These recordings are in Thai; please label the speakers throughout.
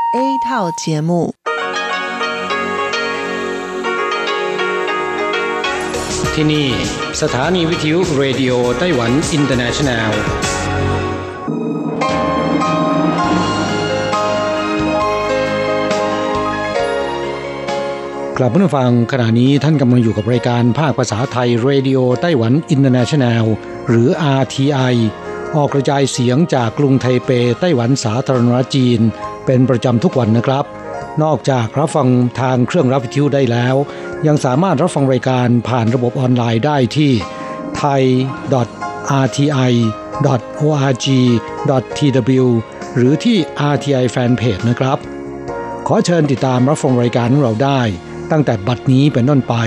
Speaker 1: A 套节目。
Speaker 2: ที่นี่สถานีวิทยุเรดิโอไต้หวันอินเตอร์เนชั่นแนลกลับมาฟังขณะนี้ท่านกำลังอยู่กับรายการภาคภาษาไทยเรดิโอไต้หวันอินเตอร์เนชั่นแนลหรือ RTI ออกกระจายเสียงจากกรุงไทเปไต้หวันสาธารณรัฐจีนเป็นประจำทุกวันนะครับนอกจากรับฟังทางเครื่องรับวิทยุได้แล้วยังสามารถรับฟังรายการผ่านระบบออนไลน์ได้ที่ thai.rti.org.tw หรือที่ RTI Fanpage นะครับขอเชิญติดตามรับฟังรายการของเราได้ตั้งแต่บัดนี้เป็นต้นไป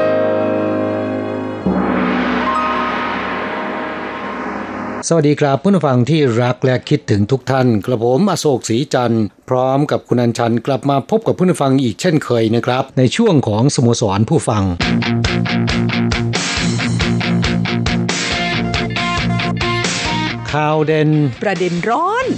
Speaker 2: สวัสดีครับผู้ฟังที่รักและคิดถึงทุกท่านกระผมอโศกศรีจันทร์พร้อมกับคุณอัญชันกลับมาพบกับผู้ฟังอีกเช่นเคยนะครับในช่วงของสโมสรผู้ฟังข่าวเด่น
Speaker 1: ประเด็นร้อน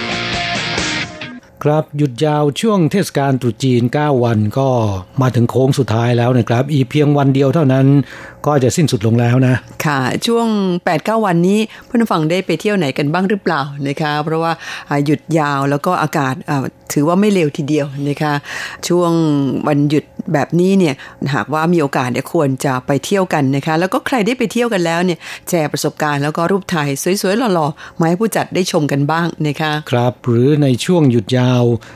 Speaker 2: ครับหยุดยาวช่วงเทศกาลตรุษจีน9วันก็มาถึงโค้งสุดท้ายแล้วนะครับอีกเพียงวันเดียวเท่านั้นก็จะสิ้นสุดลงแล้วนะ
Speaker 1: ค่ะช่วง 8-9 วันนี้ผู้ฟังได้ไปเที่ยวไหนกันบ้างหรือเปล่านะคะเพราะว่าหยุดยาวแล้วก็อากาศถือว่าไม่เลวทีเดียวนะคะช่วงวันหยุดแบบนี้เนี่ยหากว่ามีโอกาสเนี่ยควรจะไปเที่ยวกันนะคะแล้วก็ใครได้ไปเที่ยวกันแล้วเนี่ยแชร์ประสบการณ์แล้วก็รูปถ่ายสวยๆหล่อๆมาให้ผู้จัดได้ชมกันบ้างนะคะ
Speaker 2: ครับหรือในช่วงหยุดยาว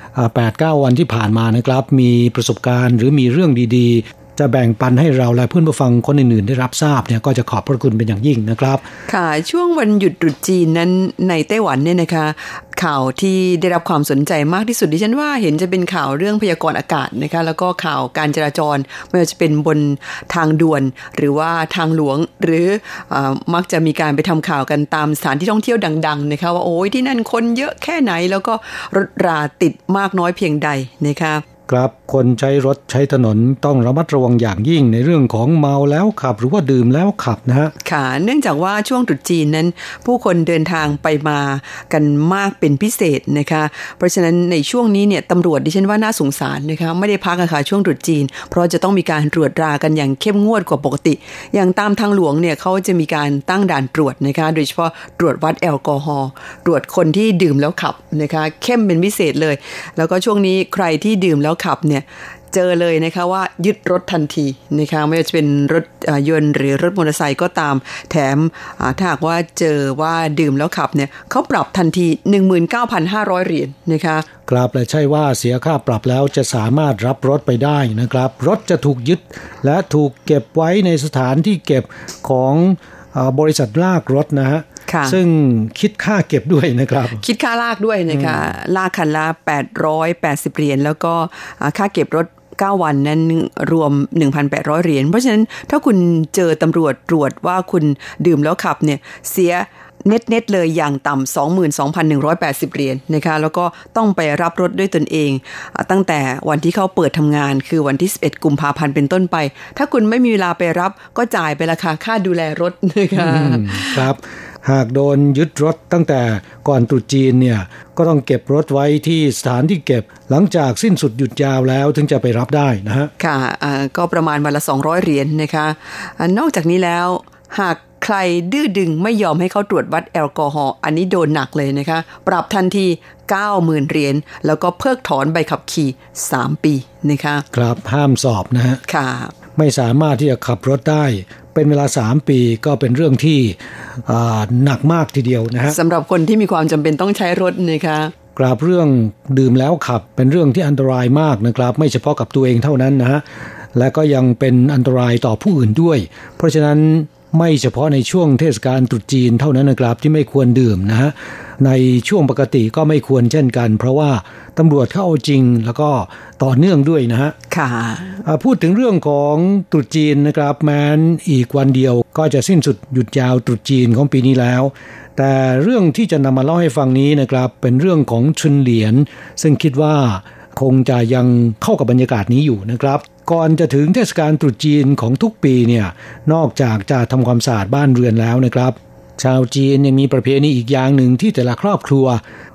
Speaker 2: 8-9 วันที่ผ่านมานะครับมีประสบการณ์หรือมีเรื่องดีๆจะแบ่งปันให้เราและเพื่อนผู้ฟังคนอื่นๆได้รับทราบเนี่ยก็จะขอบพระคุณเป็นอย่างยิ่งนะครับ
Speaker 1: ค่ะช่วงวันหยุดตรุษจีนนั้นในไต้หวันเนี่ยนะคะข่าวที่ได้รับความสนใจมากที่สุดดิฉันว่าเห็นจะเป็นข่าวเรื่องพยากรณ์อากาศนะคะแล้วก็ข่าวการจราจรไม่ว่าจะเป็นบนทางด่วนหรือว่าทางหลวงหรือมักจะมีการไปทำข่าวกันตามสถานที่ท่องเที่ยวดังๆนะคะว่าโอ้ยที่นั่นคนเยอะแค่ไหนแล้วก็รถราติดมากน้อยเพียงใดนะคะ
Speaker 2: ครับคนใช้รถใช้ถนนต้องระมัดระวังอย่างยิ่งในเรื่องของเมาแล้วขับหรือว่าดื่มแล้วขับนะฮะ
Speaker 1: ค่ะเนื่องจากว่าช่วงตรุษจีนนั้นผู้คนเดินทางไปมากันมากเป็นพิเศษนะคะเพราะฉะนั้นในช่วงนี้เนี่ยตำรวจดิฉันว่าน่าสงสารนะคะไม่ได้พักค่ะช่วงตรุษจีนเพราะจะต้องมีการตรวจรากันอย่างเข้มงวดกว่าปกติอย่างตามทางหลวงเนี่ยเขาจะมีการตั้งด่านตรวจนะคะโดยเฉพาะตรวจวัดแอลกอฮอล์ตรวจคนที่ดื่มแล้วขับนะคะเข้มเป็นพิเศษเลยแล้วก็ช่วงนี้ใครที่ดื่มแล้วขับเนี่ยเจอเลยนะคะว่ายึดรถทันทีนะคะไม่ว่าจะเป็นรถยนต์หรือรถมอเตอร์ไซค์ก็ตามแถมถ้าหากว่าเจอว่าดื่มแล้วขับเนี่ยเขาปรับทันที 19,500 เหรียญนะคะ
Speaker 2: ครับและใช่ว่าเสียค่าปรับแล้วจะสามารถรับรถไปได้นะครับรถจะถูกยึดและถูกเก็บไว้ในสถานที่เก็บของบริษัทลากรถนะฮะซึ่งคิดค่าเก็บด้วยนะครับ
Speaker 1: คิดค่าลากด้วยนะคะลากคันละ880 เหรียญแล้วก็ค่าเก็บรถ9วันนั้นรวม 1,800 เหรียญเพราะฉะนั้นถ้าคุณเจอตำรวจตรวจว่าคุณดื่มแล้วขับเนี่ยเสียเน็ตเลยอย่างต่ำ 22,180 เหรียญนะคะแล้วก็ต้องไปรับรถด้วยตนเองตั้งแต่วันที่เขาเปิดทำงานคือวันที่11กุมภาพันธ์เป็นต้นไปถ้าคุณไม่มีเวลาไปรับก็จ่ายไปราคาค่าดูแลรถนะคะ
Speaker 2: ครับหากโดนยึดรถตั้งแต่ก่อนตรุษจีนเนี่ยก็ต้องเก็บรถไว้ที่สถานที่เก็บหลังจากสิ้นสุดหยุดยาวแล้วถึงจะไปรับได้นะฮะ
Speaker 1: ค่ะก็ประมาณวันละ200เหรียญนะคะนอกจากนี้แล้วหากใครดื้อดึงไม่ยอมให้เขาตรวจวัดแอลกอฮอล์อันนี้โดนหนักเลยนะคะปรับทันที 90,000 เหรียญแล้วก็เพิกถอนใบขับขี่3 ปีนะคะ
Speaker 2: ครับห้ามสอบนะฮะ
Speaker 1: ค่ะ
Speaker 2: ไม่สามารถที่จะขับรถได้เป็นเวลา3 ปีก็เป็นเรื่องที่หนักมากทีเดียวนะฮะ
Speaker 1: สำหรับคนที่มีความจำเป็นต้องใช้รถนะคะ
Speaker 2: กราบเรื่องดื่มแล้วขับเป็นเรื่องที่อันตรายมากนะครับไม่เฉพาะกับตัวเองเท่านั้นนะฮะและก็ยังเป็นอันตรายต่อผู้อื่นด้วยเพราะฉะนั้นไม่เฉพาะในช่วงเทศกาลตรุษจีนเท่านั้นนะครับที่ไม่ควรดื่มนะฮะในช่วงปกติก็ไม่ควรเช่นกันเพราะว่าตำรวจเข้าเอาจริงแล้วก็ต่อเนื่องด้วยนะฮะ
Speaker 1: ค่ะ
Speaker 2: พูดถึงเรื่องของตรุษจีนนะครับแม้นอีกวันเดียวก็จะสิ้นสุดหยุดยาวตรุษจีนของปีนี้แล้วแต่เรื่องที่จะนำมาเล่าให้ฟังนี้นะครับเป็นเรื่องของชุนเหลียนซึ่งคิดว่าคงจะยังเข้ากับบรรยากาศนี้อยู่นะครับก่อนจะถึงเทศกาลตรุษจีนของทุกปีเนี่ยนอกจากจะทำความสะอาดบ้านเรือนแล้วนะครับชาวจีนยังมีประเพณีอีกอย่างหนึ่งที่แต่ละครอบครัว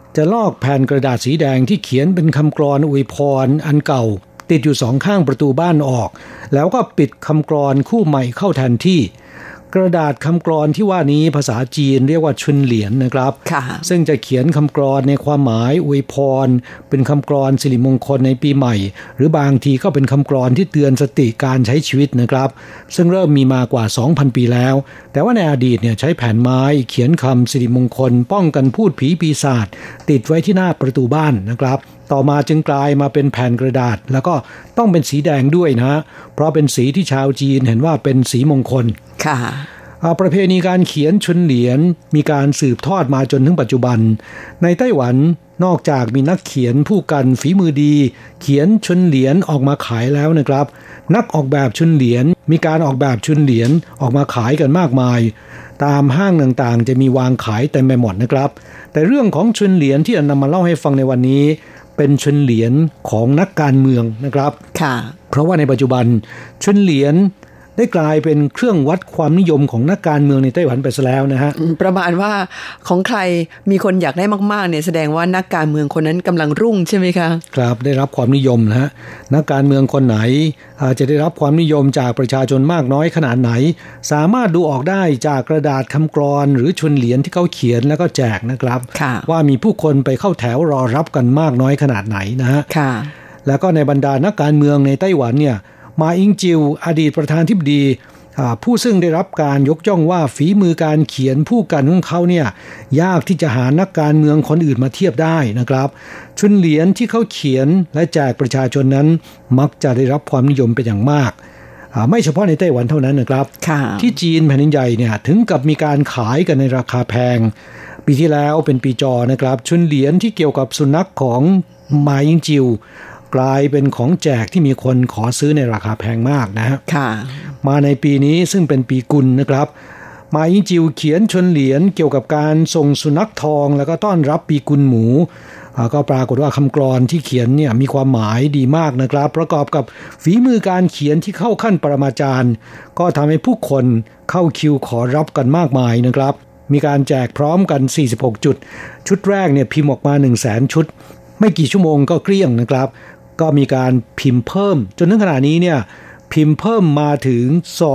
Speaker 2: จะลอกแผ่นกระดาษสีแดงที่เขียนเป็นคำกลอนอวยพรอันเก่าติดอยู่สองข้างประตูบ้านออกแล้วก็ปิดคำกลอนคู่ใหม่เข้าแทนที่กระดาษคำกลอนที่ว่านี้ภาษาจีนเรียกว่าชุนเหลียนนะครับซึ่งจะเขียนคำกลอนในความหมายอวยพรเป็นคำกลอนสิริมงคลในปีใหม่หรือบางทีก็เป็นคำกลอนที่เตือนสติการใช้ชีวิตนะครับซึ่งเริ่มมีมากว่า 2,000 ปีแล้วแต่ว่าในอดีตเนี่ยใช้แผ่นไม้เขียนคำสิริมงคลป้องกันพูดผีปีศาจติดไว้ที่หน้าประตูบ้านนะครับต่อมาจึงกลายมาเป็นแผ่นกระดาษแล้วก็ต้องเป็นสีแดงด้วยนะเพราะเป็นสีที่ชาวจีนเห็นว่าเป็นสีมงคล
Speaker 1: ค่ะ
Speaker 2: ประเพณีการเขียนชุนเหลียนมีการสืบทอดมาจนถึงปัจจุบันในไต้หวันนอกจากมีนักเขียนผู้กันฝีมือดีเขียนชุนเหลียนออกมาขายแล้วนะครับนักออกแบบชุนเหลียนมีการออกแบบชุนเหลียนออกมาขายกันมากมายตามห้างต่างๆจะมีวางขายเต็มไปหมดนะครับแต่เรื่องของชุนเหลียนที่นำมาเล่าให้ฟังในวันนี้เป็นชุนเหลียนของนักการเมืองนะครับ
Speaker 1: ค่ะ
Speaker 2: เพราะว่าในปัจจุบันชุนเหลียนได้กลายเป็นเครื่องวัดความนิยมของนักการเมืองในไต้หวันไปซะแล้วนะฮะ
Speaker 1: ประมาณว่าของใครมีคนอยากได้มากๆเนี่ยแสดงว่านักการเมืองคนนั้นกำลังรุ่งใช่ไหมคะ
Speaker 2: ครับได้รับความนิยมนะฮะนักการเมืองคนไหนจะได้รับความนิยมจากประชาชนมากน้อยขนาดไหนสามารถดูออกได้จากกระดาษคำกลอนหรือชุนเหรียญที่เขาเขียนแล้วก็แจกนะครับว่ามีผู้คนไปเข้าแถวรอรับกันมากน้อยขนาดไหนนะฮะแล้วก็ในบรรดานักการเมืองในไต้หวันเนี่ยมาอิงจิวอดีตประธานธิบดีผู้ซึ่งได้รับการยกย่องว่าฝีมือการเขียนผู้กันของเขาเนี่ยยากที่จะหานักการเมืองคนอื่นมาเทียบได้นะครับชุนเหรียญที่เขาเขียนและแจกประชาชนนั้นมักจะได้รับความนิยมเป็นอย่างมากไม่เฉพาะในไต้หวันเท่านั้นนะครับที่จีนแผ่นดินใหญ่เนี่ยถึงกับมีการขายกันในราคาแพงปีที่แล้วเป็นปีจอนะครับชุนเหรียญที่เกี่ยวกับสุนัขของมาอิงจิวกลายเป็นของแจกที่มีคนขอซื้อในราคาแพงมากนะฮะมาในปีนี้ซึ่งเป็นปีกุลนะครับมาอิงจิวเขียนชุนเหรียญเกี่ยวกับการส่งสุนัขทองแล้วก็ต้อนรับปีกุลหมูก็ปรากฏว่าคำกลอนที่เขียนเนี่ยมีความหมายดีมากนะครับประกอบกับฝีมือการเขียนที่เข้าขั้นปรมาจารย์ก็ทำให้ผู้คนเข้าคิวขอรับกันมากมายนะครับมีการแจกพร้อมกัน46จุดชุดแรกเนี่ยพิมพ์ออกมา 100,000 ชุดไม่กี่ชั่วโมงก็เกลี้ยงนะครับก็มีการพิมพ์เพิ่มจนถึงขณะนี้เนี่ยพิมพ์เพิ่มมาถึง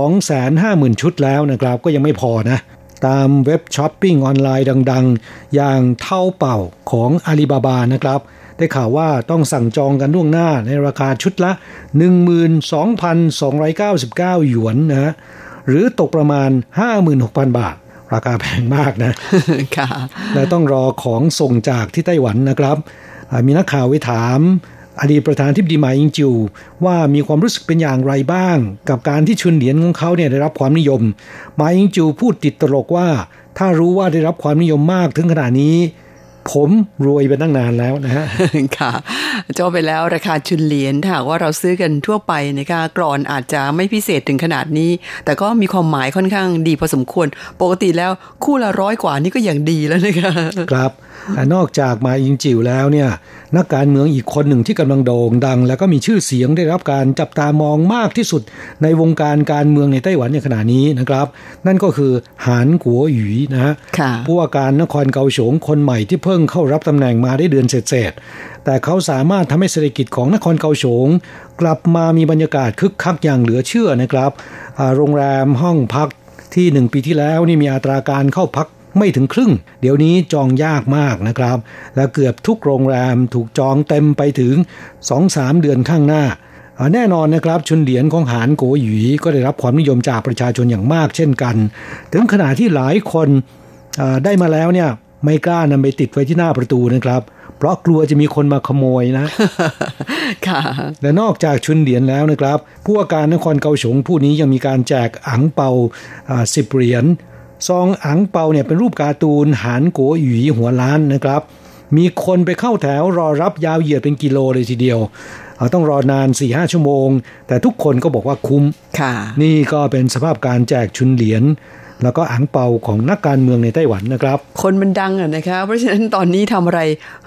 Speaker 2: 250,000 ชุดแล้วนะครับก็ยังไม่พอนะตามเว็บช้อปปิ้งออนไลน์ดังๆอย่างเท่าเป่าของอาลีบาบานะครับได้ข่าวว่าต้องสั่งจองกันล่วงหน้าในราคาชุดละ 12,299 หยวนนะหรือตกประมาณ 56,000 บาทราคาแพงมากนะ
Speaker 1: ค่ะ
Speaker 2: และต้องรอของส่งจากที่ไต้หวันนะครับมีนักข่าวไปถามอดีตประธานทิบดีมาอิงจิวว่ามีความรู้สึกเป็นอย่างไรบ้างกับการที่ชุนเหรียญของเขาเนี่ยได้รับความนิยมมาอิงจิวพูดติดตลกว่าถ้ารู้ว่าได้รับความนิยมมากถึงขนาดนี้ผมรวยไปตั้งนานแล้วนะฮะ
Speaker 1: ค่ะจบไปแล้วราคาชุนเหรียญถ้าหากว่าเราซื้อกันทั่วไปนะคะกลอนอาจจะไม่พิเศษถึงขนาดนี้แต่ก็มีความหมายค่อนข้างดีพอสมควรปกติแล้วคู่ละ100กว่านี่ก็อย่างดีแล้วนะคะ
Speaker 2: ครับนอกจากมาอิงจิวแล้วเนี่ยนักการเมืองอีกคนหนึ่งที่กำลังโด่งดังแล้วก็มีชื่อเสียงได้รับการจับตามองมากที่สุดในวงการการเมืองในไต้หวันในขณะนี้นะครับนั่นก็คือหานกัวหยีนะฮะผู้ว่าการนครเกาฉงคนใหม่ที่เพิ่งเข้ารับตำแหน่งมาได้เดือนเศษๆแต่เขาสามารถทำให้เศรษฐกิจของนครเกาฉงกลับมามีบรรยากาศคึกคักอย่างเหลือเชื่อนะครับโรงแรมห้องพักที่1ปีที่แล้วนี่มีอัตราการเข้าพักไม่ถึงครึ่งเดี๋ยวนี้จองยากมากนะครับและเกือบทุกโรงแรมถูกจองเต็มไปถึง 2-3 เดือนข้างหน้าแน่นอนนะครับชุนเหรียญของหานกัวหยีก็ได้รับความนิยมจากประชาชนอย่างมากเช่นกันถึงขนาดที่หลายคนได้มาแล้วเนี่ยไม่กล้านำไปติดไว้ที่หน้าประตูนะครับเพราะกลัวจะมีคนมาขโมยนะ
Speaker 1: ค่ะ
Speaker 2: และนอกจากชุนเหรียญแล้วนะครับผู้ว่าการนครเกาฉงผู้นี้ยังมีการแจกอั่งเปา10 เหรียญซองอั่งเปาเนี่ยเป็นรูปการ์ตูนหานกัวหยีหัวล้านนะครับมีคนไปเข้าแถวรอรับยาวเหยียดเป็นกิโลเลยทีเดียวต้องรอนาน 4-5 ชั่วโมงแต่ทุกคนก็บอกว่าคุ้ม
Speaker 1: ค่ะ
Speaker 2: นี่ก็เป็นสภาพการแจกชุนเหรียญแล้วก็อั่งเปาของนักการเมืองในไต้หวันนะครับ
Speaker 1: คนมันดังนะคะเพราะฉะนั้นตอนนี้ทำอะไร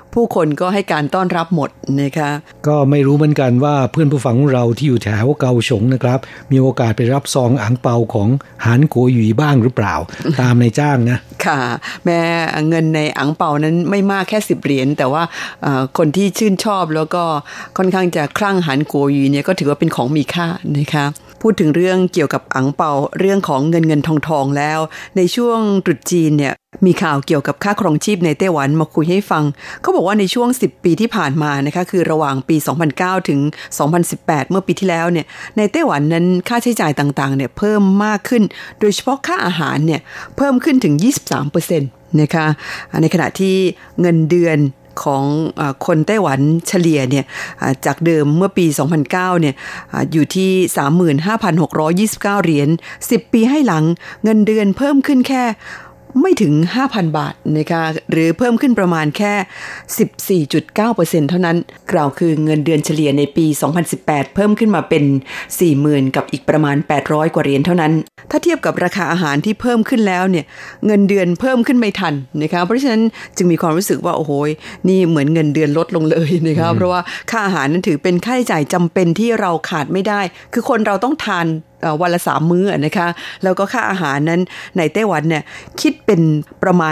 Speaker 1: ผู้คนก็ให้การต้อนรับหมดนะคะ
Speaker 2: ก็ไม่รู้เหมือนกันว่าเพื่อนผู้ฟังของเราที่อยู่แถวเกาฉงนะครับมีโอกาสไปรับซองอั่งเปาของหานกัวหยี่บ้างหรือเปล่า ตามในจ้างนะ
Speaker 1: ค่ะแม้เงินในอั่งเปานั้นไม่มากแค่10เหรียญแต่ว่าคนที่ชื่นชอบแล้วก็ค่อนข้างจะคลั่งหานกัวหยี่เนี่ยก็ถือว่าเป็นของมีค่านะคะพูดถึงเรื่องเกี่ยวกับอั่งเปาเรื่องของเงินทองแล้วในช่วงตรุษจีนเนี่ยมีข่าวเกี่ยวกับค่าครองชีพในไต้หวันมาคุยให้ฟังเขาบอกว่าในช่วง10ปีที่ผ่านมานะคะคือระหว่างปี2009ถึง2018เมื่อปีที่แล้วเนี่ยในไต้หวันนั้นค่าใช้จ่ายต่างๆเนี่ยเพิ่มมากขึ้นโดยเฉพาะค่าอาหารเนี่ยเพิ่มขึ้นถึง 23% นะคะในขณะที่เงินเดือนของคนไต้หวันเฉลี่ยเนี่ยจากเดิมเมื่อปี2009เนี่ยอยู่ที่ 35,629 เหรียญ10ปีให้หลังเงินเดือนเพิ่มขึ้นแค่ไม่ถึง 5,000 บาทนะคะหรือเพิ่มขึ้นประมาณแค่ 14.9% เท่านั้นกล่าวคือเงินเดือนเฉลี่ยในปี2018เพิ่มขึ้นมาเป็น 40,000 กับอีกประมาณ800กว่าเหรียญเท่านั้นถ้าเทียบกับราคาอาหารที่เพิ่มขึ้นแล้วเนี่ยเงินเดือนเพิ่มขึ้นไม่ทันนะคะเพราะฉะนั้นจึงมีความรู้สึกว่าโอ้โหนี่เหมือนเงินเดือนลดลงเลยนะคะเพราะว่าค่าอาหารนั้นถือเป็นค่าใช้จ่ายจำเป็นที่เราขาดไม่ได้คือคนเราต้องทานวันละ3มื้อนะคะแล้วก็ค่าอาหารนั้นในไต้หวันเนี่ยคิดเป็นประมาณ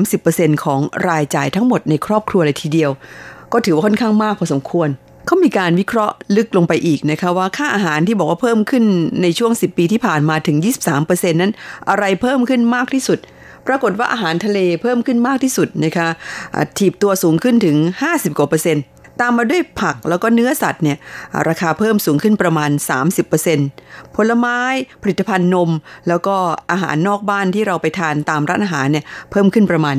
Speaker 1: 30% ของรายจ่ายทั้งหมดในครอบครัวเลยทีเดียวก็ถือว่าค่อนข้างมากพอสมควรเขามีการวิเคราะห์ลึกลงไปอีกนะคะว่าค่าอาหารที่บอกว่าเพิ่มขึ้นในช่วง10ปีที่ผ่านมาถึง 23% นั้นอะไรเพิ่มขึ้นมากที่สุดปรากฏว่าอาหารทะเลเพิ่มขึ้นมากที่สุดนะคะถีบตัวสูงขึ้นถึง50%กว่าตามมาด้วยผักแล้วก็เนื้อสัตว์เนี่ยราคาเพิ่มสูงขึ้นประมาณ 30% ผลไม้ผลิตภัณฑ์นมแล้วก็อาหารนอกบ้านที่เราไปทานตามร้านอาหารเนี่ยเพิ่มขึ้นประมาณ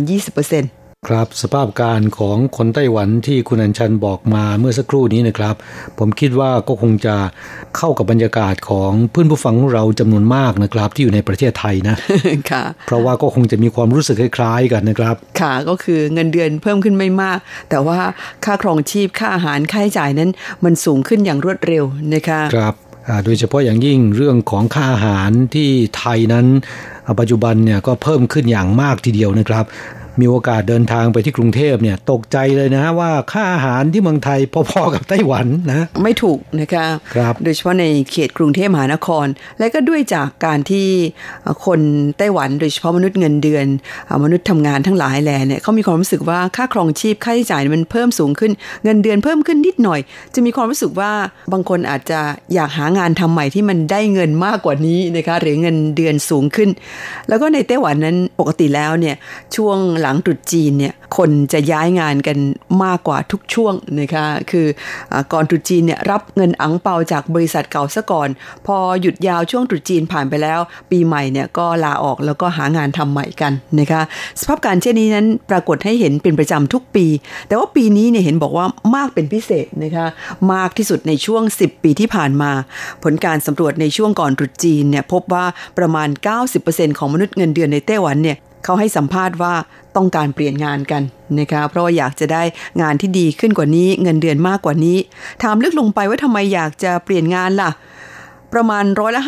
Speaker 1: 20%
Speaker 2: ครับสภาพการของคนไต้หวันที่คุณอัญชันบอกมาเมื่อสักครู่นี้นะครับผมคิดว่าก็คงจะเข้ากับบรรยากาศของเพื่อนผู้ฟังของเราจำนวนมากนะครับที่อยู่ในประเทศไทยนะ
Speaker 1: ค่ะ
Speaker 2: เพราะว่าก็คงจะมีความรู้สึกคล้ายๆกันนะครับ
Speaker 1: ค่ะก็คือเงินเดือนเพิ่มขึ้นไม่มากแต่ว่าค่าครองชีพค่าอาหารค่าใช้จ่ายนั้นมันสูงขึ้นอย่างรวดเร็วนะคะ
Speaker 2: ครับโดยเฉพาะอย่างยิ่งเรื่องของค่าอาหารที่ไทยนั้นปัจจุบันเนี่ยก็เพิ่มขึ้นอย่างมากทีเดียวนะครับมีโอกาสเดินทางไปที่กรุงเทพเนี่ยตกใจเลยนะว่าค่าอาหารที่เมืองไทยพอๆกับไต้หวันนะ
Speaker 1: ไม่ถูกนะคะ
Speaker 2: ครับ
Speaker 1: โดยเฉพาะในเขตกรุงเทพมหานครและก็ด้วยจากการที่คนไต้หวันโดยเฉพาะมนุษย์เงินเดือนมนุษย์ทำงานทั้งหลายแหล่เนี่ยเขามีความรู้สึกว่าค่าครองชีพค่าใช้จ่ายมันเพิ่มสูงขึ้นเงินเดือนเพิ่มขึ้นนิดหน่อยจะมีความรู้สึกว่าบางคนอาจจะอยากหางานทำใหม่ที่มันได้เงินมากกว่านี้นะคะหรือเงินเดือนสูงขึ้นแล้วก็ในไต้หวันนั้นปกติแล้วเนี่ยช่วงหลังตรุษจีนเนี่ยคนจะย้ายงานกันมากกว่าทุกช่วงนะคะคือก่อนตรุษจีนเนี่ยรับเงินอั่งเปาจากบริษัทเก่าซะก่อนพอหยุดยาวช่วงตรุษจีนผ่านไปแล้วปีใหม่เนี่ยก็ลาออกแล้วก็หางานทำใหม่กันนะคะสภาพการเช่นนี้นั้นปรากฏให้เห็นเป็นประจำทุกปีแต่ว่าปีนี้เนี่ยเห็นบอกว่ามากเป็นพิเศษนะคะมากที่สุดในช่วง10ปีที่ผ่านมาผลการสำรวจในช่วงก่อนตรุษจีนเนี่ยพบว่าประมาณ 90% ของมนุษย์เงินเดือนในไต้หวันเนี่ยเขาให้สัมภาษณ์ว่าต้องการเปลี่ยนงานกันนะคะเพราะว่าอยากจะได้งานที่ดีขึ้นกว่านี้เงินเดือนมากกว่านี้ถามลึกลงไปว่าทำไมอยากจะเปลี่ยนงานล่ะประมาณ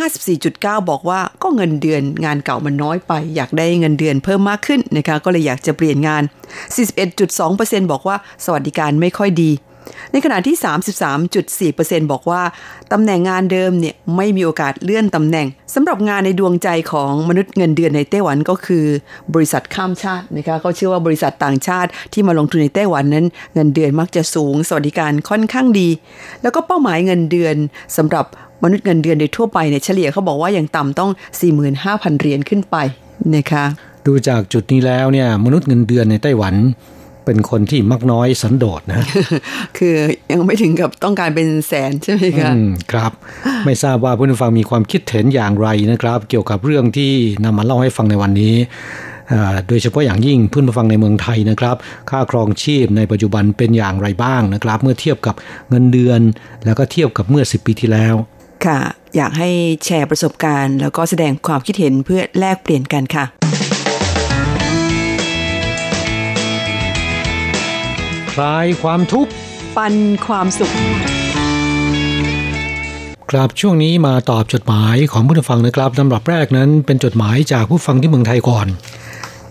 Speaker 1: 54.9%บอกว่าก็เงินเดือนงานเก่ามันน้อยไปอยากได้เงินเดือนเพิ่มมากขึ้นนะคะก็เลยอยากจะเปลี่ยนงาน 41.2% บอกว่าสวัสดิการไม่ค่อยดีในขณะที่ 33.4% บอกว่าตำแหน่งงานเดิมเนี่ยไม่มีโอกาสเลื่อนตำแหน่งสำหรับงานในดวงใจของมนุษย์เงินเดือนในไต้หวันก็คือบริษัทข้ามชาตินะคะเขาเชื่อว่าบริษัทต่างชาติที่มาลงทุนในไต้หวันนั้นเงินเดือนมักจะสูงสวัสดิการค่อนข้างดีแล้วก็เป้าหมายเงินเดือนสำหรับมนุษย์เงินเดือนโดยทั่วไปเนี่ยเฉลี่ยเขาบอกว่าอย่างต่ำต้อง 45,000 เหรียญขึ้นไปนะคะ
Speaker 2: ดูจากจุดนี้แล้วเนี่ยมนุษย์เงินเดือนในไต้หวันเป็นคนที่มักน้อยสันโดษนะ
Speaker 1: คือยังไม่ถึงกับต้องการเป็นแสนใช่ไหมคะ
Speaker 2: ครับไม่ทราบว่าผู้ฟังมีความคิดเห็นอย่างไรนะครับเกี่ยวกับเรื่องที่นำมาเล่าให้ฟังในวันนี้โดยเฉพาะอย่างยิ่งผู้ฟังในเมืองไทยนะครับค่าครองชีพในปัจจุบันเป็นอย่างไรบ้างนะครับเมื่อเทียบกับเงินเดือนแล้วก็เทียบกับเมื่อ10ปีที่แล้ว
Speaker 1: ค่ะอยากให้แชร์ประสบการณ์แล้วก็แสดงความคิดเห็นเพื่อแลกเปลี่ยนกันค่ะ
Speaker 2: คลายความทุกข์
Speaker 1: ปันความสุข
Speaker 2: ครับช่วงนี้มาตอบจดหมายของผู้ฟังนะครับลำดับแรกนั้นเป็นจดหมายจากผู้ฟังที่เมืองไทยก่อน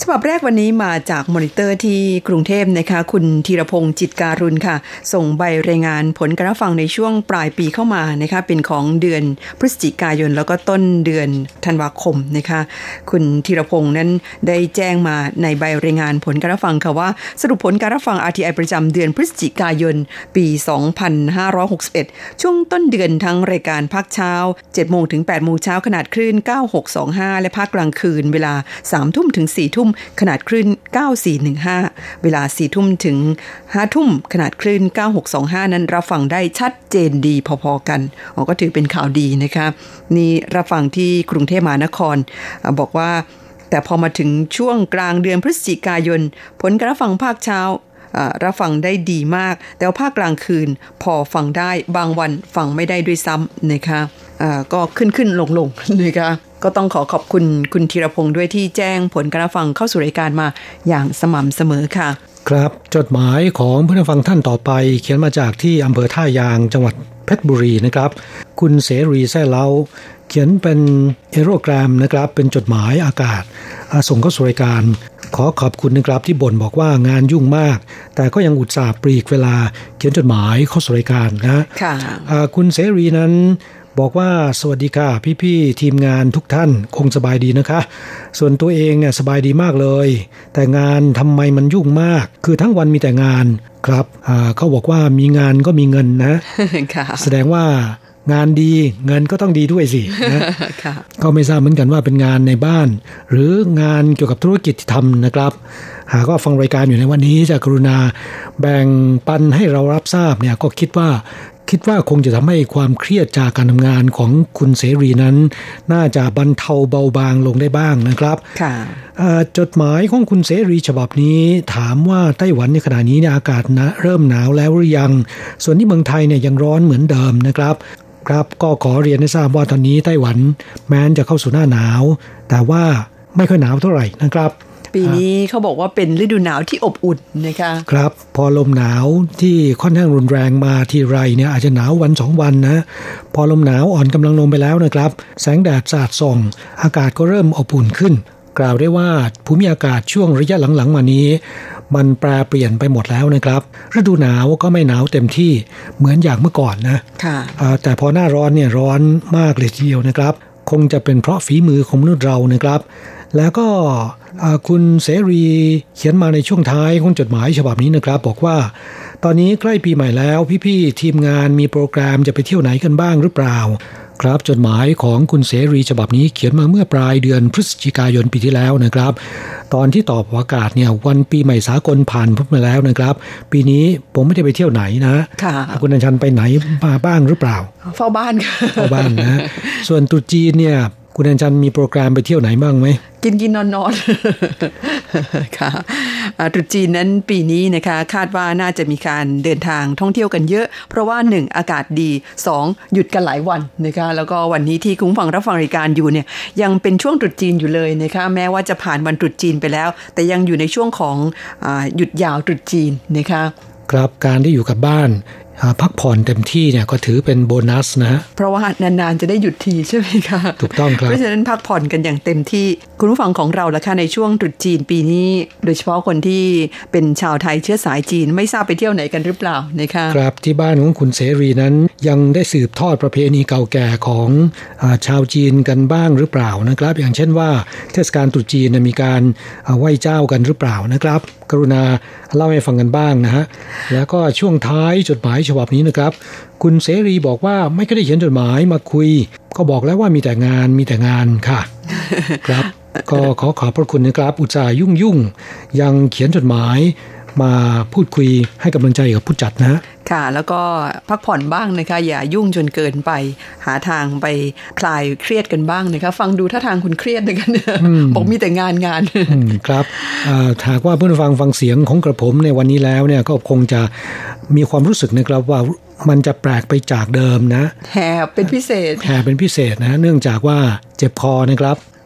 Speaker 1: ฉบับแรกวันนี้มาจากมอนิเตอร์ที่กรุงเทพนะคะคุณธีรพงษ์จิตการุณค่ะส่งใบรายงานผลการรับฟังในช่วงปลายปีเข้ามานะคะเป็นของเดือนพฤศจิกายนแล้วก็ต้นเดือนธันวาคมนะคะคุณธีรพงษ์นั้นได้แจ้งมาในใบรายงานผลการรับฟังค่ะว่าสรุปผลการรับฟัง RTI ประจำเดือนพฤศจิกายนปี 2561 ช่วงต้นเดือนทั้งรายการภาคเช้า 7 โมงถึง 8 โมงเช้าขนาดคลื่น 9625 และภาคกลางคืนเวลา 3 ทุ่มถึง 4 ทุ่มขนาดคลื่น 9415 เวลา 4 ทุ่มถึง 5 ทุ่มขนาดคลื่น 9625 นั้นรับฟังได้ชัดเจนดีพอๆกันก็ถือเป็นข่าวดีนะคะนี่รับฟังที่กรุงเทพมหานครบอกว่าแต่พอมาถึงช่วงกลางเดือนพฤศจิกายนผลการรับฟังภาคเช้ารับฟังได้ดีมากแต่ว่าภาคกลางคืนพอฟังได้บางวันฟังไม่ได้ด้วยซ้ำนะคะก็ขึ้นลงนะคะก็ต้องขอบคุณคุณธีรพงษ์ด้วยที่แจ้งผลการรับฟังเข้าสู่รายการมาอย่างสม่ำเสมอค่ะ
Speaker 2: ครับจดหมายของผู้ฟังท่านต่อไปเขียนมาจากที่อำเภอท่ายางจังหวัดเพชรบุรีนะครับคุณเสรีแซ่เล้าเขียนเป็นเอโรแกรมนะครับเป็นจดหมายอากาศส่งเข้าสู่รายการขอบคุณนะครับที่บ่นบอกว่างานยุ่งมากแต่ก็ยังอุตส่าห์ปลีกเวลาเขียนจดหมายเข้าสู่รายการนะ
Speaker 1: ค่ะ
Speaker 2: คุณเสรีนั้นบอกว่าสวัสดีค่ะพี่ๆทีมงานทุกท่านคงสบายดีนะคะส่วนตัวเองเนี่ยสบายดีมากเลยแต่งานทำไมมันยุ่งมากคือทั้งวันมีแต่งานครับเขาบอกว่ามีงานก็มีเงินนะ แสดงว่างานดีเงินก็ต้องดีด้วยสินะ ก็ไม่ทราบเหมือนกันว่าเป็นงานในบ้านหรืองานเกี่ยวกับธุรกิจที่ทำนะครับหากว่าฟังรายการอยู่ในวันนี้จะกรุณาแบ่งปันให้เรารับทราบเนี่ยก็คิดว่าคงจะทำให้ความเครียดจากการทำงานของคุณเสรีนั้นน่าจะบรรเทาเบาบางลงได้บ้างนะครับจดหมายของคุณเสรีฉบับนี้ถามว่าไต้หวันในขณะนี้เนี่ยอากาศเริ่มหนาวแล้วหรือยังส่วนที่เมืองไทยเนี่ยยังร้อนเหมือนเดิมนะครับก็ขอเรียนให้ทราบว่าตอนนี้ไต้หวันแม้จะเข้าสู่หน้าหนาวแต่ว่าไม่ค่อยหนาวเท่าไหร่นะครับ
Speaker 1: ปีนี้เขาบอกว่าเป็นฤดูหนาวที่อบอุ่นนะคะ
Speaker 2: ครับพอลมหนาวที่ค่อนข้างรุนแรงมาทีไรเนี่ยอาจจะหนาววัน2วันนะพอลมหนาวอ่อนกำลังลงไปแล้วนะครับแสงแดดสาดส่องอากาศก็เริ่มอบอุ่นขึ้นกล่าวได้ว่าภูมิอากาศช่วงระยะหลังๆมานี้มันแปรเปลี่ยนไปหมดแล้วนะครับฤดูหนาวก็ไม่หนาวเต็มที่เหมือนอย่างเมื่อก่อนนะแต่พอหน้าร้อนเนี่ยร้อนมากเลยทีเดียวนะครับคงจะเป็นเพราะฝีมือของมนุษย์เรานะครับแล้วก็คุณเสรีเขียนมาในช่วงท้ายของจดหมายฉบับนี้นะครับบอกว่าตอนนี้ใกล้ปีใหม่แล้วพี่ๆทีมงานมีโปรแกรมจะไปเที่ยวไหนกันบ้างหรือเปล่าครับจดหมายของคุณเสรีฉบับนี้เขียนมาเมื่อปลายเดือนพฤศจิกายนปีที่แล้วนะครับตอนที่ตอบอากาศเนี่ยวันปีใหม่สากลผ่านพ้นมาแล้วนะครับปีนี้ผมไม่ได้ไปเที่ยวไหนนะคุณอัญชันไปไหนมาบ้างหรือเปล่า
Speaker 1: เฝ้าบ้านค่ะ
Speaker 2: เฝ้าบ้านนะส่วนตรุษจีนเนี่ยคุณอัญชันมีโปรแกรมไปเที่ยวไหนบ้างไหม
Speaker 1: กินนอนค่ะตรุษจีนนั้นปีนี้นะคะคาดว่าน่าจะมีการเดินทางท่องเที่ยวกันเยอะเพราะว่า1อากาศดี2หยุดกันหลายวันนะคะแล้วก็วันนี้ที่คุณฟังรับฟังรายการอยู่เนี่ยยังเป็นช่วงตรุษจีนอยู่เลยนะคะแม้ว่าจะผ่านวันตรุษจีนไปแล้วแต่ยังอยู่ในช่วงของหยุดยาวตรุษจีนนะคะ
Speaker 2: ครับการที่อยู่กับบ้านพักผ่อนเต็มที่เนี่ยก็ถือเป็นโบนัสนะ
Speaker 1: เพราะว่านานๆจะได้หยุดทีใช่ไหมคะ
Speaker 2: ถูกต้องครับ
Speaker 1: เพราะฉะนั้นพักผ่อนกันอย่างเต็มที่คุณผู้ฟังของเราละค่ะในช่วงตรุษจีนปีนี้โดยเฉพาะคนที่เป็นชาวไทยเชื้อสายจีนไม่ทราบไปเที่ยวไหนกันหรือเปล่านะคะ
Speaker 2: ครับที่บ้านของคุณเสรีนั้นยังได้สืบทอดประเพณีเก่าแก่ของชาวจีนกันบ้างหรือเปล่านะครับอย่างเช่นว่าเทศกาลตรุษจีนมีการไหว้เจ้ากันหรือเปล่านะครับกรุณาเล่าให้ฟังกันบ้างนะฮะแล้วก็ช่วงท้ายจดหมายฉบับนี้นะครับคุณเสรีบอกว่าไม่ได้เขียนจดหมายมาคุยก็บอกแล้วว่ามีแต่งานค่ะ ครับก็ขอบพระคุณนะครับอุตส่าห์ยุ่งยังเขียนจดหมายมาพูดคุยให้กำลังใจกับผู้จัดนะ
Speaker 1: ค่ะแล้วก็พักผ่อนบ้างนะคะอย่ายุ่งจนเกินไปหาทางไปคลายเครียดกันบ้างนะคะฟังดูท่าทางคุณเครียดนะคะบอกมีแต่งาน
Speaker 2: ครับหากว่าเพื่อนฟังเสียงของกระผมในวันนี้แล้วเนี่ยก็คงจะมีความรู้สึกนะครับว่ามันจะแปลกไปจากเดิมนะ
Speaker 1: แหบเป็นพิเศษ
Speaker 2: นะเนื่องจากว่าเจ็บคอนะครับก็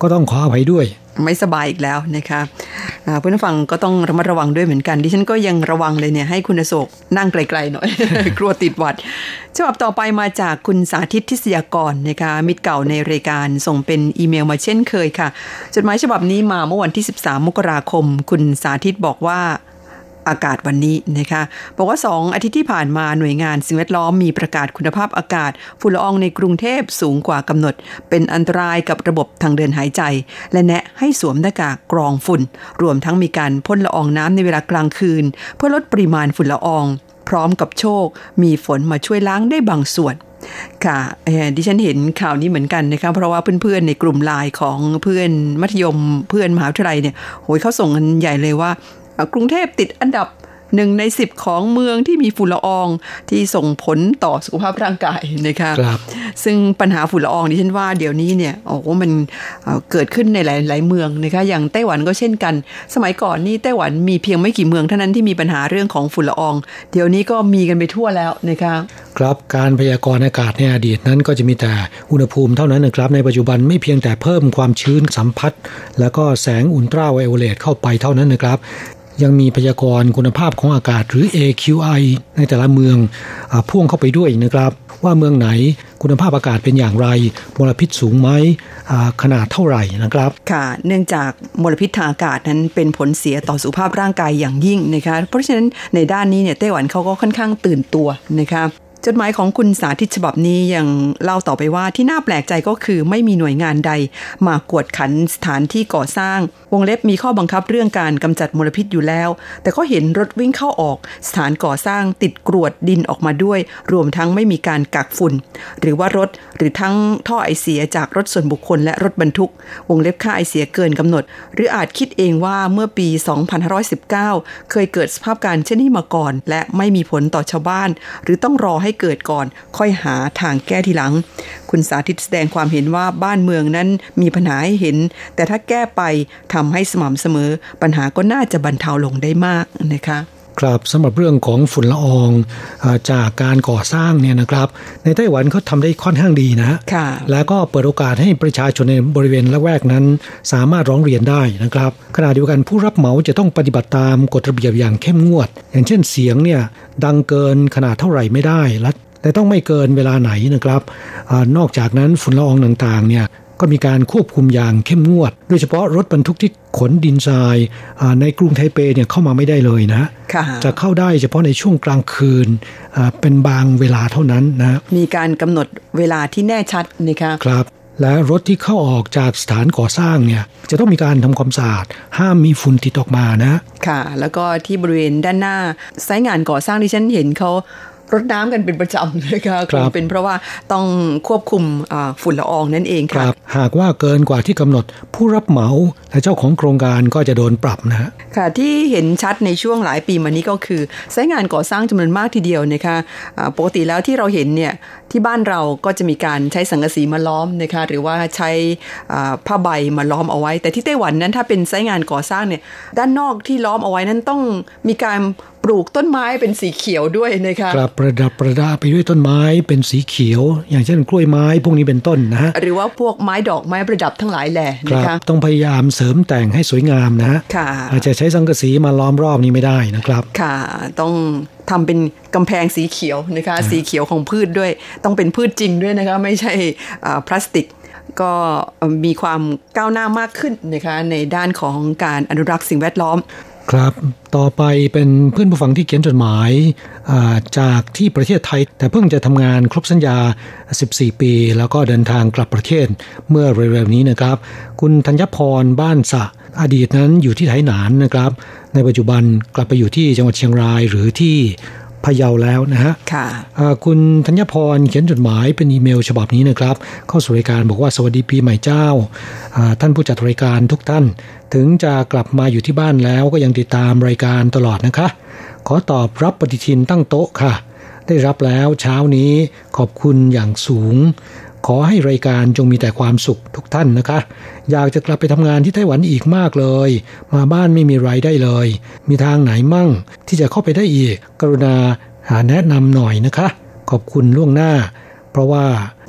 Speaker 2: ก็ต้องขออภัยด้วย
Speaker 1: ไม่สบายอีกแล้วนะคะเพื่อนฟังก็ต้องระมัดระวังด้วยเหมือนกันดิฉันก็ยังระวังเลยเนี่ยให้คุณอโศกนั่งไกลๆหน่อย กลัวติดหวัดฉบับต่อไปมาจากคุณสาธิตทิศยากรนะคะมิตรเก่าในรายการส่งเป็นอีเมลมาเช่นเคยค่ะจดหมายฉบับนี้มาเมื่อวันที่13มกราคมคุณสาธิตบอกว่าอากาศวันนี้นะคะบอกว่า2อาทิตย์ที่ผ่านมาหน่วยงานสิ่งแวดล้อมมีประกาศคุณภาพอากาศฝุ่นละอองในกรุงเทพสูงกว่ากำหนดเป็นอันตรายกับระบบทางเดินหายใจและแนะให้สวมหน้ากากกรองฝุ่นรวมทั้งมีการพ่นละอองน้ำในเวลากลางคืนเพื่อลดปริมาณฝุ่นละอองพร้อมกับโชคมีฝนมาช่วยล้างได้บางส่วนค่ะดิฉันเห็นข่าวนี้เหมือนกันนะคะเพราะว่าเพื่อนๆในกลุ่มไลน์ของเพื่อนมัธยมเพื่อนมหาวิทยาลัยเนี่ยโหยเขาส่งกันใหญ่เลยว่ากรุงเทพติดอันดับ1 ใน 10ของเมืองที่มีฝุ่นละอองที่ส่งผลต่อสุขภาพร่างกายนะคะซึ่งปัญหาฝุ่นละอองดิฉันว่าเดี๋ยวนี้เนี่ยมันเกิดขึ้นในหลายๆเมืองนะคะอย่างไต้หวันก็เช่นกันสมัยก่อนนี่ไต้หวันมีเพียงไม่กี่เมืองเท่านั้นที่มีปัญหาเรื่องของฝุ่นละอองเดี๋ยวนี้ก็มีกันไปทั่วแล้วนะคะ
Speaker 2: ครับการพยากรณ์อากาศในอดีตนั้นก็จะมีแต่อุณหภูมิเท่านั้นนะครับในปัจจุบันไม่เพียงแต่เพิ่มความชื้นสัมผัสแล้วก็แสงอุลตราไวโอเลตเข้าไปเท่านั้นนะครับยังมีพยากรณ์คุณภาพของอากาศหรือ AQI ในแต่ละเมืองพ่วงเข้าไปด้วยนะครับว่าเมืองไหนคุณภาพอากาศเป็นอย่างไรมลพิษสูงไหมขนาดเท่าไหร่นะครับ
Speaker 1: ค่ะเนื่องจากมลพิษทางอากาศนั้นเป็นผลเสียต่อสุขภาพร่างกายอย่างยิ่งนะคะเพราะฉะนั้นในด้านนี้เนี่ยไต้หวันเขาก็ค่อนข้างตื่นตัวนะคะจดหมายของคุณสาธิตฉบับนี้ยังเล่าต่อไปว่าที่น่าแปลกใจก็คือไม่มีหน่วยงานใดมากวดขันสถานที่ก่อสร้างวงเล็บมีข้อบังคับเรื่องการกำจัดมลพิษอยู่แล้วแต่ก็เห็นรถวิ่งเข้าออกสถานก่อสร้างติดกรวดดินออกมาด้วยรวมทั้งไม่มีการกักฝุ่นหรือว่ารถหรือทั้งท่อไอเสียจากรถส่วนบุคคลและรถบรรทุกวงเล็บค่าไอเสียเกินกำหนดหรืออาจคิดเองว่าเมื่อปี2519เคยเกิดสภาพการเช่นนี้มาก่อนและไม่มีผลต่อชาวบ้านหรือต้องรอให้เกิดก่อนค่อยหาทางแก้ทีหลังคุณสาธิตแสดงความเห็นว่าบ้านเมืองนั้นมีปัญหาให้เห็นแต่ถ้าแก้ไปทำให้สม่ำเสมอปัญหาก็น่าจะบรรเทาลงได้มากนะคะ
Speaker 2: ครับสำหรับเรื่องของฝุ่นละอองจากการก่อสร้างเนี่ยนะครับในไต้หวันเขาทำได้ค่อนข้างดีนะแล้วก็เปิดโอกาสให้ประชาชนในบริเวณละแวกนั้นสามารถร้องเรียนได้นะครับขณะเดียวกันผู้รับเหมาจะต้องปฏิบัติตามกฎระเบียบอย่างเข้มงวดอย่างเช่นเสียงเนี่ยดังเกินขนาดเท่าไหร่ไม่ได้และต้องไม่เกินเวลาไหนนะครับนอกจากนั้นฝุ่นละอองต่างๆเนี่ยก็มีการควบคุมอย่างเข้มงวดโดยเฉพาะรถบรรทุกที่ขนดินทรายในกรุงไทเปเนี่ยเข้ามาไม่ได้เลยนะจะเข้าได้เฉพาะในช่วงกลางคืนเป็นบางเวลาเท่านั้นนะ
Speaker 1: มีการกำหนดเวลาที่แน่ชัดนะคะ
Speaker 2: ครับและรถที่เข้าออกจากสถานก่อสร้างเนี่ยจะต้องมีการทำความสะอาดห้ามมีฝุ่นติดออกมานะ
Speaker 1: ค่ะแล้วก็ที่บริเวณด้านหน้าไซต์งานก่อสร้างที่ฉันเห็นเขารดน้ำกันเป็นประจำเลยค่ะคงเป็นเพราะว่าต้องควบคุมฝุ่นละอองนั่นเองค่ะ
Speaker 2: หากว่าเกินกว่าที่กำหนดผู้รับเหมาและเจ้าของโครงการก็จะโดนปรับนะฮะ
Speaker 1: ค่ะที่เห็นชัดในช่วงหลายปีมานี้ก็คือไซต์งานก่อสร้างจำนวนมากทีเดียวนะคะปกติแล้วที่เราเห็นเนี่ยที่บ้านเราก็จะมีการใช้สังกะสีมาล้อมนะคะหรือว่าใช้ผ้าใบมาล้อมเอาไว้แต่ที่ไต้หวันนั้นถ้าเป็นไซต์งานก่อสร้างเนี่ยด้านนอกที่ล้อมเอาไว้นั้นต้องมีการปลูกต้นไม้เป็นสีเขียวด้วยนะคะ
Speaker 2: ครับประดับประดาไปด้วยต้นไม้เป็นสีเขียวอย่างเช่นกล้วยไม้พวกนี้เป็นต้นนะฮะ
Speaker 1: หรือว่าพวกไม้ดอกไม้ประดับทั้งหลายแหล่นะคะ
Speaker 2: ต้องพยายามเสริมแต่งให้สวยงามนะ
Speaker 1: ค่ะ
Speaker 2: อาจจะใช้สังกะสีมาล้อมรอบนี้ไม่ได้นะครับ
Speaker 1: ค่ะต้องทำเป็นกำแพงสีเขียวนะคะสีเขียวของพืชด้วยต้องเป็นพืชจริงด้วยนะคะไม่ใช่พลาสติกก็มีความก้าวหน้ามากขึ้นนะคะในด้านของการอนุรักษ์สิ่งแวดล้อม
Speaker 2: ครับต่อไปเป็นเพื่อนผู้ฟังที่เขียนจดหมายจากที่ประเทศไทยแต่เพิ่งจะทำงานครบสัญญา14ปีแล้วก็เดินทางกลับประเทศเมื่อเร็วๆนี้นะครับคุณธัญพรบ้านสะอดีตนั้นอยู่ที่ไถหนานนะครับในปัจจุบันกลับไปอยู่ที่จังหวัดเชียงรายหรือที่พะเยาแล้วนะฮะคุณธัญพรเขียนจดหมายเป็นอีเมลฉบับนี้นะครับเข้าสู่รายการบอกว่าสวัสดีปีใหม่เจ้าท่านผู้จัดรายการทุกท่านถึงจะกลับมาอยู่ที่บ้านแล้วก็ยังติดตามรายการตลอดนะคะขอตอบรับปฏิทินตั้งโต๊ะค่ะได้รับแล้วเช้านี้ขอบคุณอย่างสูงขอให้รายการจงมีแต่ความสุขทุกท่านนะคะอยากจะกลับไปทำงานที่ไต้หวันอีกมากเลยมาบ้านไม่มีรายได้เลยมีทางไหนมั่งที่จะเข้าไปได้อีกกรุณาหาแนะนำหน่อยนะคะขอบคุณล่วงหน้าเพราะว่า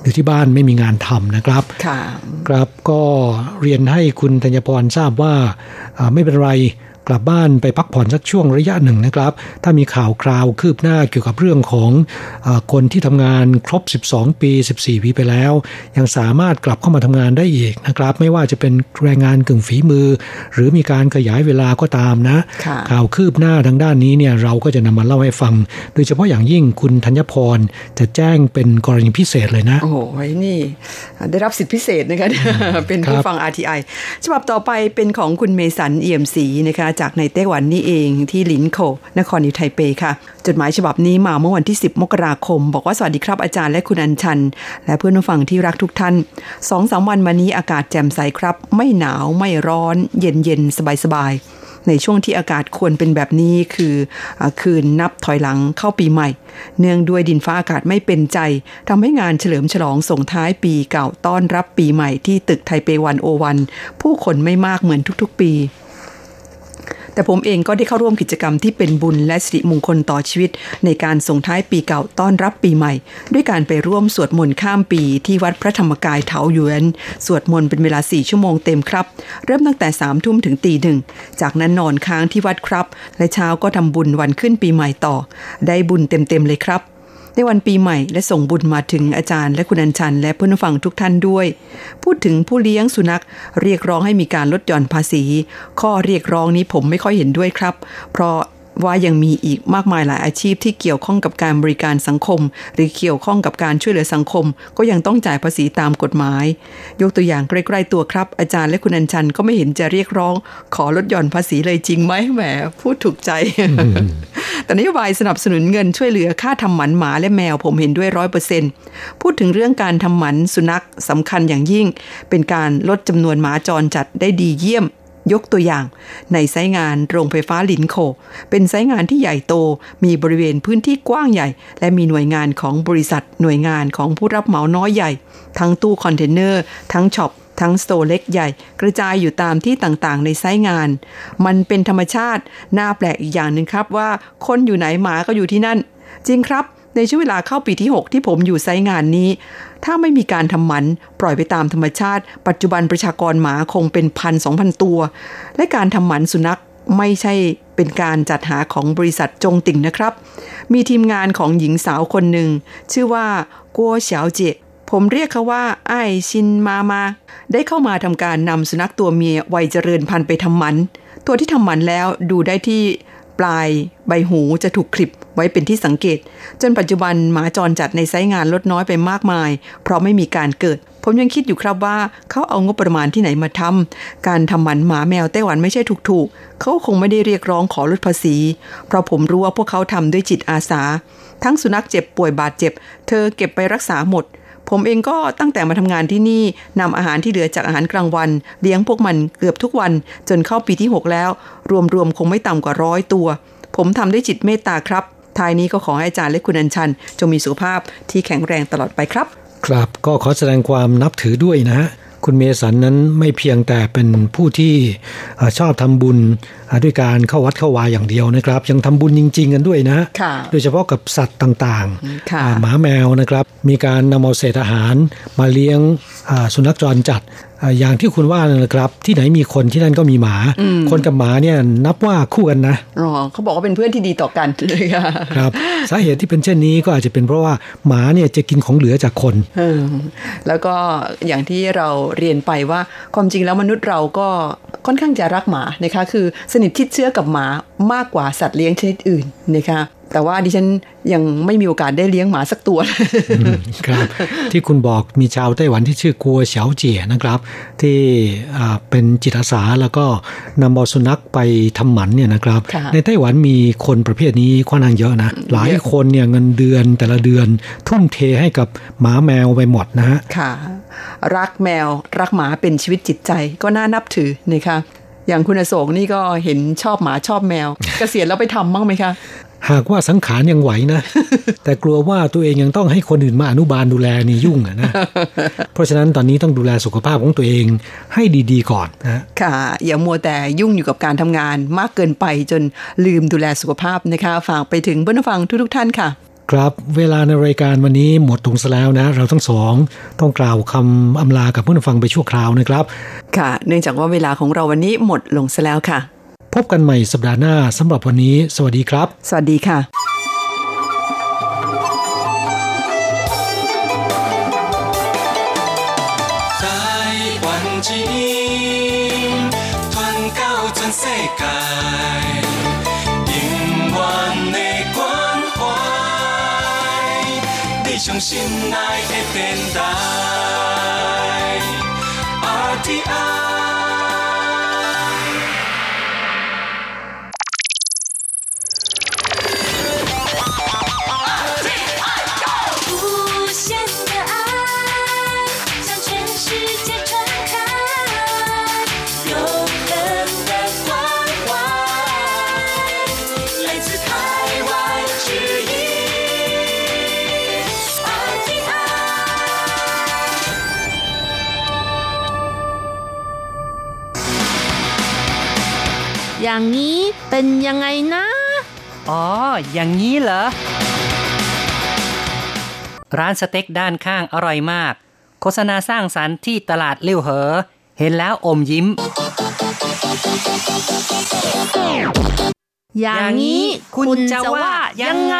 Speaker 2: อยู่ที่บ้านไม่มีงานทำนะครับครับก็เรียนให้คุณธัญพรทราบว่าไม่เป็นไรกลับบ้านไปพักผ่อนสักช่วงระยะหนึ่งนะครับถ้ามีข่าวคราวคืบหน้าเกี่ยวกับเรื่องของคนที่ทำงานครบ12ปี14ปีไปแล้วยังสามารถกลับเข้ามาทำงานได้อีกนะครับไม่ว่าจะเป็นแรงงานกึ่งฝีมือหรือมีการขยายเวลาก็ตามนะข่าวคืบหน้าทางด้านนี้เนี่ยเราก็จะนำมาเล่าให้ฟังโดยเฉพาะอย่างยิ่งคุณธัญพรจะแจ้งเป็นกรณีพิเศษเลยนะ
Speaker 1: โอ้โหนี่ได้รับสิทธิพิเศษนะคะเป็นผู้ฟัง RTI ฉบับต่อไปเป็นของคุณเมสันเอี่ยมศรีนะคะจากในไต้หวันนี่เองที่หลินโคนครนิวไทเปค่ะจดหมายฉบับนี้มาเมื่อวันที่10มกราคมบอกว่าสวัสดีครับอาจารย์และคุณอัญชันและเพื่อนผู้ฟังที่รักทุกท่าน 2-3 วันมานี้อากาศแจ่มใสครับไม่หนาวไม่ร้อนเย็นๆสบายๆในช่วงที่อากาศควรเป็นแบบนี้คือคืนนับถอยหลังเข้าปีใหม่เนื่องด้วยดินฟ้าอากาศไม่เป็นใจทำให้งานเฉลิมฉลองส่งท้ายปีเก่าต้อนรับปีใหม่ที่ตึกไทเป101ผู้คนไม่มากเหมือนทุกๆปีแต่ผมเองก็ได้เข้าร่วมกิจกรรมที่เป็นบุญและสิริมงคลต่อชีวิตในการส่งท้ายปีเก่าต้อนรับปีใหม่ด้วยการไปร่วมสวดมนต์ข้ามปีที่วัดพระธรรมกายเถาหยวนสวดมนต์เป็นเวลา4ชั่วโมงเต็มครับเริ่มตั้งแต่ 3 ทุ่มถึง 1:00 จากนั้นนอนค้างที่วัดครับและเช้าก็ทำบุญวันขึ้นปีใหม่ต่อได้บุญเต็มๆเลยครับในวันปีใหม่และส่งบุญมาถึงอาจารย์และคุณอัญชันและเพื่อนผู้ฟังทุกท่านด้วยพูดถึงผู้เลี้ยงสุนัขเรียกร้องให้มีการลดหย่อนภาษีข้อเรียกร้องนี้ผมไม่ค่อยเห็นด้วยครับเพราะว่ายังมีอีกมากมายหลายอาชีพที่เกี่ยวข้องกับการบริการสังคมหรือเกี่ยวข้องกับการช่วยเหลือสังคมก็ยังต้องจ่ายภาษีตามกฎหมายยกตัวอย่างใกล้ๆตัวครับอาจารย์และคุณอัญชันก็ไม่เห็นจะเรียกร้องขอลดหย่อนภาษีเลยจริงไหมแหมพูดถูกใจ แต่นโยบายสนับสนุนเงินช่วยเหลือค่าทำหมันหมาและแมวผมเห็นด้วย 100% พูดถึงเรื่องการทำหมันสุนัขสำคัญอย่างยิ่งเป็นการลดจำนวนหมาจรจัดได้ดีเยี่ยมยกตัวอย่างในไซต์งานโรงไฟฟ้าหลินโคเป็นไซต์งานที่ใหญ่โตมีบริเวณพื้นที่กว้างใหญ่และมีหน่วยงานของบริษัทหน่วยงานของผู้รับเหมาน้อยใหญ่ทั้งตู้คอนเทนเนอร์ทั้งช็อปทั้งสโตร์เล็กใหญ่กระจายอยู่ตามที่ต่างๆในไซต์งานมันเป็นธรรมชาติน่าแปลกอีกอย่างนึงครับว่าคนอยู่ไหนหมาก็อยู่ที่นั่นจริงครับในช่วงเวลาเข้าปีที่6ที่ผมอยู่ไซต์งานนี้ถ้าไม่มีการทำหมันปล่อยไปตามธรรมชาติปัจจุบันประชากรหมาคงเป็น 1,000-2,000 ตัวและการทำหมันสุนัขไม่ใช่เป็นการจัดหาของบริษัทจงติ่งนะครับมีทีมงานของหญิงสาวคนหนึ่งชื่อว่ากัวเฉียวเจผมเรียกเขาว่าไอชินมาได้เข้ามาทำการนำสุนัขตัวเมียวัยเจริญพันธุ์ไปทำหมันตัวที่ทำหมันแล้วดูได้ที่ปลายใบหูจะถูกคลิปไว้เป็นที่สังเกตจนปัจจุบันหมาจรจัดในไซต์งานลดน้อยไปมากมายเพราะไม่มีการเกิดผมยังคิดอยู่ครับว่าเขาเอางบประมาณที่ไหนมาทำการทำหมันหมาแมวไต้หวันไม่ใช่ถูกๆเขาคงไม่ได้เรียกร้องขอลดภาษีเพราะผมรู้ว่าพวกเขาทำด้วยจิตอาสาทั้งสุนัขเจ็บป่วยบาดเจ็บเธอเก็บไปรักษาหมดผมเองก็ตั้งแต่มาทำงานที่นี่นำอาหารที่เหลือจากอาหารกลางวันเลี้ยงพวกมันเกือบทุกวันจนเข้าปีที่6แล้วรวมๆคงไม่ต่ำกว่า100ตัวผมทำด้วยจิตเมตตาครับท้ายนี้ก็ขอให้อาจารย์และคุณอัญชันจงมีสุขภาพที่แข็งแรงตลอดไปครับ
Speaker 2: ครับก็ขอแสดงความนับถือด้วยนะฮะคุณเมสันนั้นไม่เพียงแต่เป็นผู้ที่ชอบทำบุญด้วยการเข้าวัดเข้าวาอย่างเดียวนะครับยังทำบุญจริงๆกันด้วยนะโดยเฉพาะกับสัตว์ต่างๆหมาแมวนะครับมีการนำเอาเศษอาหารมาเลี้ยงสุนัขจรจัดอย่างที่คุณว่านะครับที่ไหนมีคนที่นั่นก็มีหมาคนกับหมาเนี่ยนับว่าคู่กันนะ
Speaker 1: เขาบอกว่าเป็นเพื่อนที่ดีต่อกันเลยค่ะ
Speaker 2: ครับสาเหตุที่เป็นเช่นนี้ก็อาจจะเป็นเพราะว่าหมาเนี่ยจะกินของเหลือจากคน
Speaker 1: แล้วก็อย่างที่เราเรียนไปว่าความจริงแล้วมนุษย์เราก็ค่อนข้างจะรักหมานะคะคือสนิทชิดเชื้อกับหมามากกว่าสัตว์เลี้ยงชนิดอื่นนะคะแต่ว่าดิฉันยังไม่มีโอกาสได้เลี้ยงหมาสักตัว
Speaker 2: ครับที่คุณบอกมีชาวไต้หวันที่ชื่อกัวเฉาเจี๋ยนะครับที่เป็นจิตอาสาแล้วก็นำเอาสุนัขไปทำหมันเนี่ยนะครับในไต้หวันมีคนประเภทนี้ค่อนข้างเยอะนะหลายคนเนี่ยเงินเดือนแต่ละเดือนทุ่มเทให้กับหมาแมวไปหมดนะฮะ
Speaker 1: ค่ะรักแมวรักหมาเป็นชีวิตจิตใจก็น่านับถือนะคะอย่างคุณอโศกนี่ก็เห็นชอบหมาชอบแมว เกษียณแล้วไปทำบ้างไหมคะ
Speaker 2: หากว่าสังขารยังไหวนะ แต่กลัวว่าตัวเองยังต้องให้คนอื่นมาอนุบาลดูแลนี่ยุ่งนะ เพราะฉะนั้นตอนนี้ต้องดูแลสุขภาพของตัวเองให้ดีๆก่อนนะ
Speaker 1: ค่ะอย่ามัวแต่ยุ่งอยู่กับการทำงานมากเกินไปจนลืมดูแลสุขภาพนะคะฝากไปถึงเพื่อนฟังทุกท่านค่ะ
Speaker 2: ครับเวลาในรายการวันนี้หมดลงซะแล้วนะเราทั้งสองต้องกล่าวคำอำลากับผู้ฟังไปชั่วคราวนะครับ
Speaker 1: ค่ะเนื่องจากว่าเวลาของเราวันนี้หมดลงซะแล้วค่ะ
Speaker 2: พบกันใหม่สัปดาห์หน้าสำหรับวันนี้สวัสดีครับ
Speaker 1: สวัสดีค่ะ
Speaker 3: 相信爱的电台 RTI 无限的爱向全世界传开永恒的关怀来自台湾之音
Speaker 4: อย่างนี้เป็นยังไงนะ
Speaker 5: อ๋ออย่างนี้เหรอร้านสเต็กด้านข้างอร่อยมากโฆษณาสร้างสรรค์ที่ตลาดลิ่วเหอเห็นแล้วอมยิ้ม
Speaker 4: อย่างนี้คุณจะว่ายังไง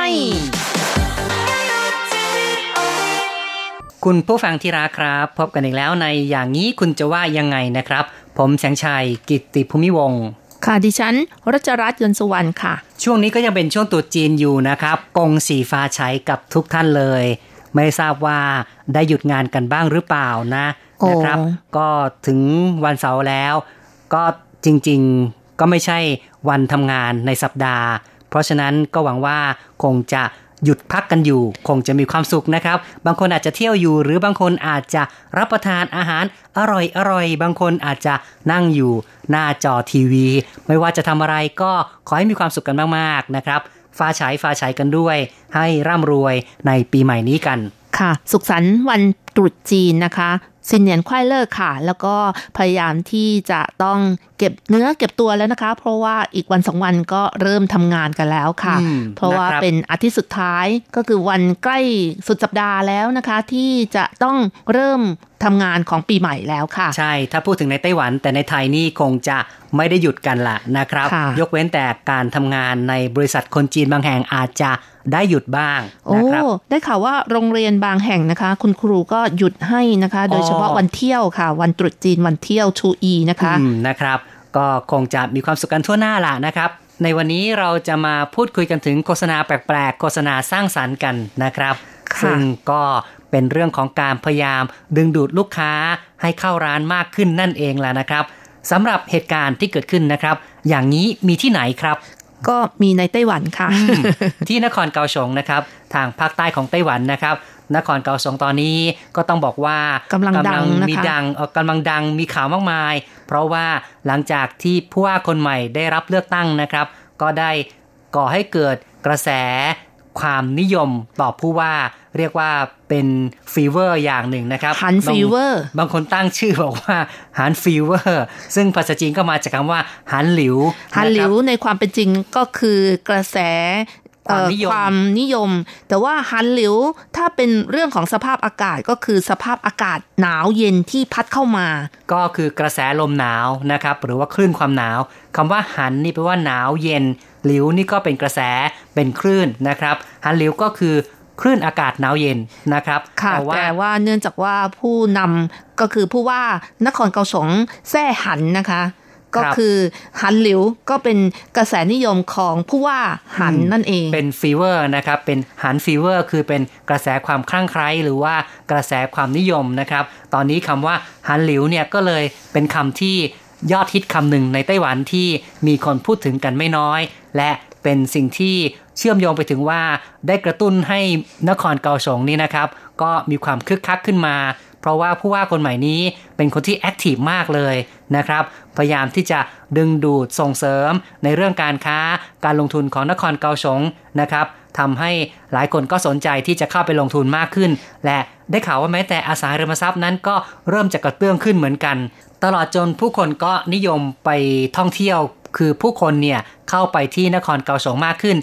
Speaker 5: คุณผู้ฟังที่รักครับพบกันอีกแล้วในอย่างนี้คุณจะว่ายังไงนะครับผมแสงชัยกิตติภูมิวงศ์
Speaker 4: ค่ะดิฉันรัชรัตน์ยนต์สุวรรณค่ะ
Speaker 5: ช่วงนี้ก็ยังเป็นช่วงตรุษจีนอยู่นะครับกงสีฟ้าใช้กับทุกท่านเลยไม่ทราบว่าได้หยุดงานกันบ้างหรือเปล่านะครับก็ถึงวันเสาร์แล้วก็จริงๆก็ไม่ใช่วันทำงานในสัปดาห์เพราะฉะนั้นก็หวังว่าคงจะหยุดพักกันอยู่คงจะมีความสุขนะครับบางคนอาจจะเที่ยวอยู่หรือบางคนอาจจะรับประทานอาหารอร่อยบางคนอาจจะนั่งอยู่หน้าจอทีวีไม่ว่าจะทำอะไรก็ขอให้มีความสุขกันมากๆนะครับฟ้าฉายกันด้วยให้ร่ำรวยในปีใหม่นี้กัน
Speaker 4: ค่ะสุขสันต์วันตรุษจีนนะคะซินเนียนควายเลิกค่ะแล้วก็พยายามที่จะต้องเก็บเนื้อเก็บตัวแล้วนะคะเพราะว่าอีกวัน2วันก็เริ่มทำงานกันแล้วค่ะเพราะว่าเป็นอาทิตย์สุดท้ายก็คือวันใกล้สุดสัปดาห์แล้วนะคะที่จะต้องเริ่มทำงานของปีใหม่แล้วค่ะ
Speaker 5: ใช่ถ้าพูดถึงในไต้หวันแต่ในไทยนี่คงจะไม่ได้หยุดกันละนะครับยกเว้นแต่การทำงานในบริษัทคนจีนบางแห่งอาจจะได้หยุดบ้างนะครับ
Speaker 4: ได้ข่าวว่าโรงเรียนบางแห่งนะคะคุณครูก็หยุดให้นะคะโดยเฉพาะวันเที่ยวค่ะวันตรุษจีนวันเที่ยวชูอีนะคะ
Speaker 5: นะครับก็คงจะมีความสุขกันทั่วหน้าล่ะนะครับในวันนี้เราจะมาพูดคุยกันถึงโฆษณาแปลกๆโฆษณาสร้างสรรค์กันนะครับซึ่งก็เป็นเรื่องของการพยายามดึงดูดลูกค้าให้เข้าร้านมากขึ้นนั่นเองล่ะนะครับสำหรับเหตุการณ์ที่เกิดขึ้นนะครับอย่างนี้มีที่ไหนครับ
Speaker 4: ก็มีในไต้หวันค่ะ
Speaker 5: ที่นครเกาสงนะครับทางภาคใต้ของไต้หวันนะครับนครเกาสงตอนนี้ก็ต้องบอกว่ากำลังดังมีข่าวมากมายเพราะว่าหลังจากที่ผู้ว่าคนใหม่ได้รับเลือกตั้งนะครับก็ได้ก่อให้เกิดกระแสความนิยมต่อผู้ว่าเรียกว่าเป็นฟีเวอร์อย่างหนึ่งนะครับ
Speaker 4: ฮันฟีเวอร์
Speaker 5: บางคนตั้งชื่อบอกว่าฮันฟีเวอร์ซึ่งภาษาจีนก็มาจากคำว่าฮันหลิว
Speaker 4: ในความเป็นจริงก็คือกระแสความนิยมแต่ว่าฮันหลิวถ้าเป็นเรื่องของสภาพอากาศก็คือสภาพอากาศหนาวเย็นที่พัดเข้ามา
Speaker 5: ก็คือกระแสลมหนาวนะครับหรือว่าคลื่นความหนาวคำว่าฮันนี่แปลว่าหนาวเย็นหลิวนี่ก็เป็นกระแสเป็นคลื่นนะครับฮันหลิวก็คือคลื่นอากาศหนาวเย็นนะครับ
Speaker 4: แต่ว่าเนื่องจากว่าผู้นำก็คือผู้ว่านครเกาสงแซ่หันนะคะก็คือฮันหลิวก็เป็นกระแสนิยมของผู้ว่าหันนั่นเอง
Speaker 5: เป็นฟีเวอร์นะครับเป็นฮันฟีเวอร์คือเป็นกระแสความคลั่งไคล้หรือว่ากระแสความนิยมนะครับตอนนี้คำว่าฮันหลิวเนี่ยก็เลยเป็นคำที่ยอดฮิตคำหนึ่งในไต้หวันที่มีคนพูดถึงกันไม่น้อยและเป็นสิ่งที่เชื่อมโยงไปถึงว่าได้กระตุ้นให้นครเกาสงนี่นะครับก็มีความคึกคักขึ้นมาเพราะว่าผู้ว่าคนใหม่นี้เป็นคนที่แอคทีฟมากเลยนะครับพยายามที่จะดึงดูดส่งเสริมในเรื่องการค้าการลงทุนของนครเกาสงนะครับทำให้หลายคนก็สนใจที่จะเข้าไปลงทุนมากขึ้นและได้ข่าวว่าแม้แต่อสังหาริมทรัพย์นั้นก็เริ่มจะกระเตื้องขึ้นเหมือนกันตลอดจนผู้คนก็นิยมไปท่องเที่ยวคือผู้คนเนี่ยเข้าไปที่นครเกาสงมากขึ้น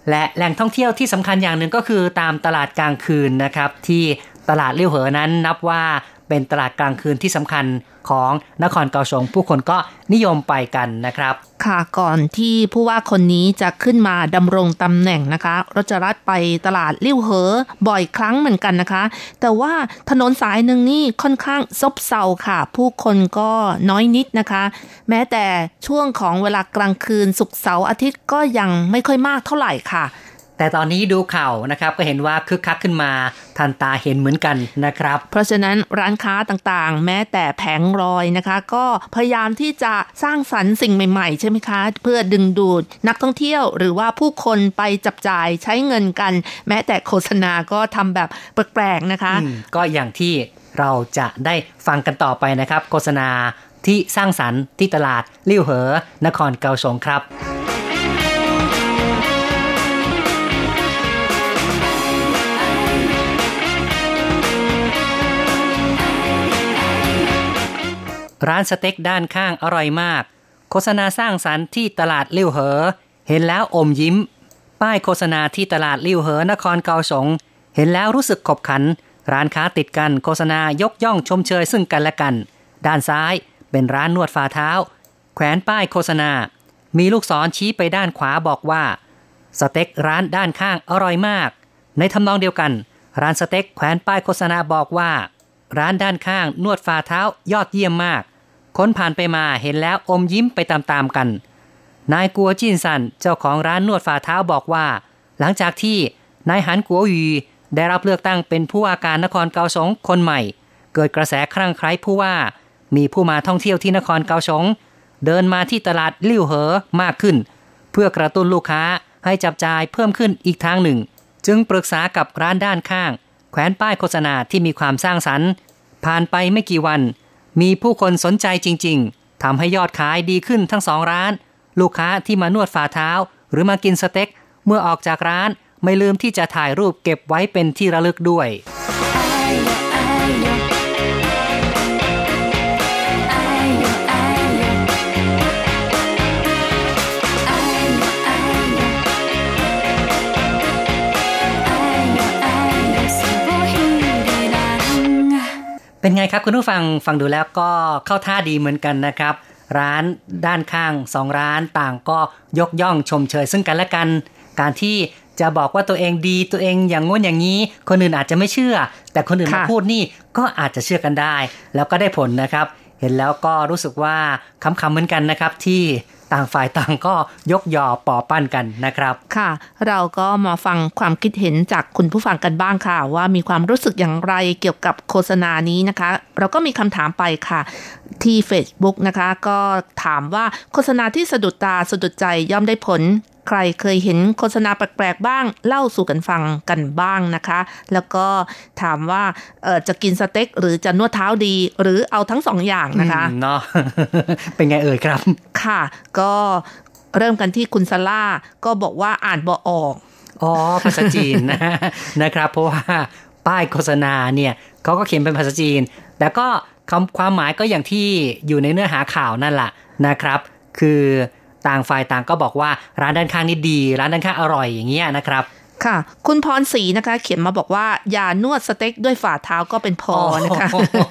Speaker 5: และแหล่งท่องเที่ยวที่สำคัญอย่างหนึ่งก็คือตามตลาดกลางคืนนะครับที่ตลาดลิ่วเหอนั้นนับว่าเป็นตลาดกลางคืนที่สำคัญของนครเกาสงผู้คนก็นิยมไปกันนะครับ
Speaker 4: ค่ะก่อนที่ผู้ว่าคนนี้จะขึ้นมาดำรงตำแหน่งนะคะรัชรัตน์ไปตลาดลิ่วเหอบ่อยครั้งเหมือนกันนะคะแต่ว่าถนนสายหนึ่งนี่ค่อนข้างซบเซาค่ะผู้คนก็น้อยนิดนะคะแม้แต่ช่วงของเวลากลางคืนศุกร์เสาร์อาทิตย์ก็ยังไม่ค่อยมากเท่าไหร่ค่ะ
Speaker 5: แต่ตอนนี้ดูข่าวนะครับก็เห็นว่าคึกคักขึ้นมาทันตาเห็นเหมือนกันนะครับ
Speaker 4: เพราะฉะนั้นร้านค้าต่างๆแม้แต่แผงลอยนะคะก็พยายามที่จะสร้างสรรค์สิ่งใหม่ๆใช่ไหมคะเพื่อดึงดูดนักท่องเที่ยวหรือว่าผู้คนไปจับจ่ายใช้เงินกันแม้แต่โฆษณาก็ทำแบบแปลกๆนะคะ
Speaker 5: ก็อย่างที่เราจะได้ฟังกันต่อไปนะครับโฆษณาที่สร้างสรรค์ที่ตลาดลิ่วเหอนครเกาสงครับร้านสเต็กด้านข้างอร่อยมากโฆษณาสร้างสรรค์ที่ตลาดลิ่วเหอเห็นแล้วอมยิ้มป้ายโฆษณาที่ตลาดลิ่วเหอนครเกาสงเห็นแล้วรู้สึกขบขันร้านค้าติดกันโฆษณายกย่องชมเชยซึ่งกันและกันด้านซ้ายเป็นร้านนวดฝ่าเท้าแขวนป้ายโฆษณามีลูกศรชี้ไปด้านขวาบอกว่าสเต็กร้านด้านข้างอร่อยมากในทำนองเดียวกันร้านสเต็กแขวนป้ายโฆษณาบอกว่าร้านด้านข้างนวดฝ่าเท้ายอดเยี่ยมมากคนผ่านไปมาเห็นแล้วอมยิ้มไปตามๆกันนายกัวจินซันเจ้าของร้านนวดฝ่าเท้าบอกว่าหลังจากที่นายหันกัวหยีได้รับเลือกตั้งเป็นผู้ว่าการนครเกาสงคนใหม่เกิดกระแสคลั่งไคล้ผู้ว่ามีผู้มาท่องเที่ยวที่นครเกาสงเดินมาที่ตลาดลิ่วเหอมากขึ้นเพื่อกระตุ้นลูกค้าให้จับจ่ายเพิ่มขึ้นอีกทางหนึ่งจึงปรึกษากับร้านด้านข้างแขวนป้ายโฆษณาที่มีความสร้างสรรค์ผ่านไปไม่กี่วันมีผู้คนสนใจจริงๆทำให้ยอดขายดีขึ้นทั้งสองร้านลูกค้าที่มานวดฝ่าเท้าหรือมากินสเต็กเมื่อออกจากร้านไม่ลืมที่จะถ่ายรูปเก็บไว้เป็นที่ระลึกด้วยเป็นไงครับคุณผู้ฟังดูแล้วก็เข้าท่าดีเหมือนกันนะครับร้านด้านข้าง2ร้านต่างก็ยกย่องชมเชยซึ่งกันและกันการที่จะบอกว่าตัวเองดีตัวเองอย่างงู้นอย่างนี้คนอื่นอาจจะไม่เชื่อแต่คนอื่นมาพูดนี่ก็อาจจะเชื่อกันได้แล้วก็ได้ผลนะครับเห็นแล้วก็รู้สึกว่าขำๆเหมือนกันนะครับที่ต่างฝ่ายต่างก็ยกยอปอปั้นกันนะครับ
Speaker 4: ค่ะเราก็มาฟังความคิดเห็นจากคุณผู้ฟังกันบ้างค่ะว่ามีความรู้สึกอย่างไรเกี่ยวกับโฆษณานี้นะคะเราก็มีคำถามไปค่ะที่ Facebook นะคะก็ถามว่าโฆษณาที่สะดุดตาสะดุดใจย่อมได้ผลใครเคยเห็นโฆษณาแปลกๆบ้างเล่าสู่กันฟังกันบ้างนะคะแล้วก็ถามว่าจะกินสเต็กหรือจะนวดเท้าดีหรือเอาทั้งสองอย่างนะคะ
Speaker 5: เนาะ เป็นไงเอ่ยครับ
Speaker 4: ค่ะก็เริ่มกันที่คุณซาร่าก็บอกว่าอ่านบ่ออก
Speaker 5: ภาษาจีนนะครับเพราะว่าป้ายโฆษณาเนี่ยเขาก็เขียนเป็นภาษาจีนแต่ก็ความหมายก็อย่างที่อยู่ในเนื้อหาข่าวนั่นแหละนะครับคือต่างฝ่ายต่างก็บอกว่าร้านด้านข้างนี่ดีร้านด้านข้างอร่อยอย่างเงี้ยนะครับ
Speaker 4: ค่ะคุณพรศรีนะคะเขียนมาบอกว่าอย่านวดสเต็กด้วยฝ่าเท้าก็เป็นพอนะคะ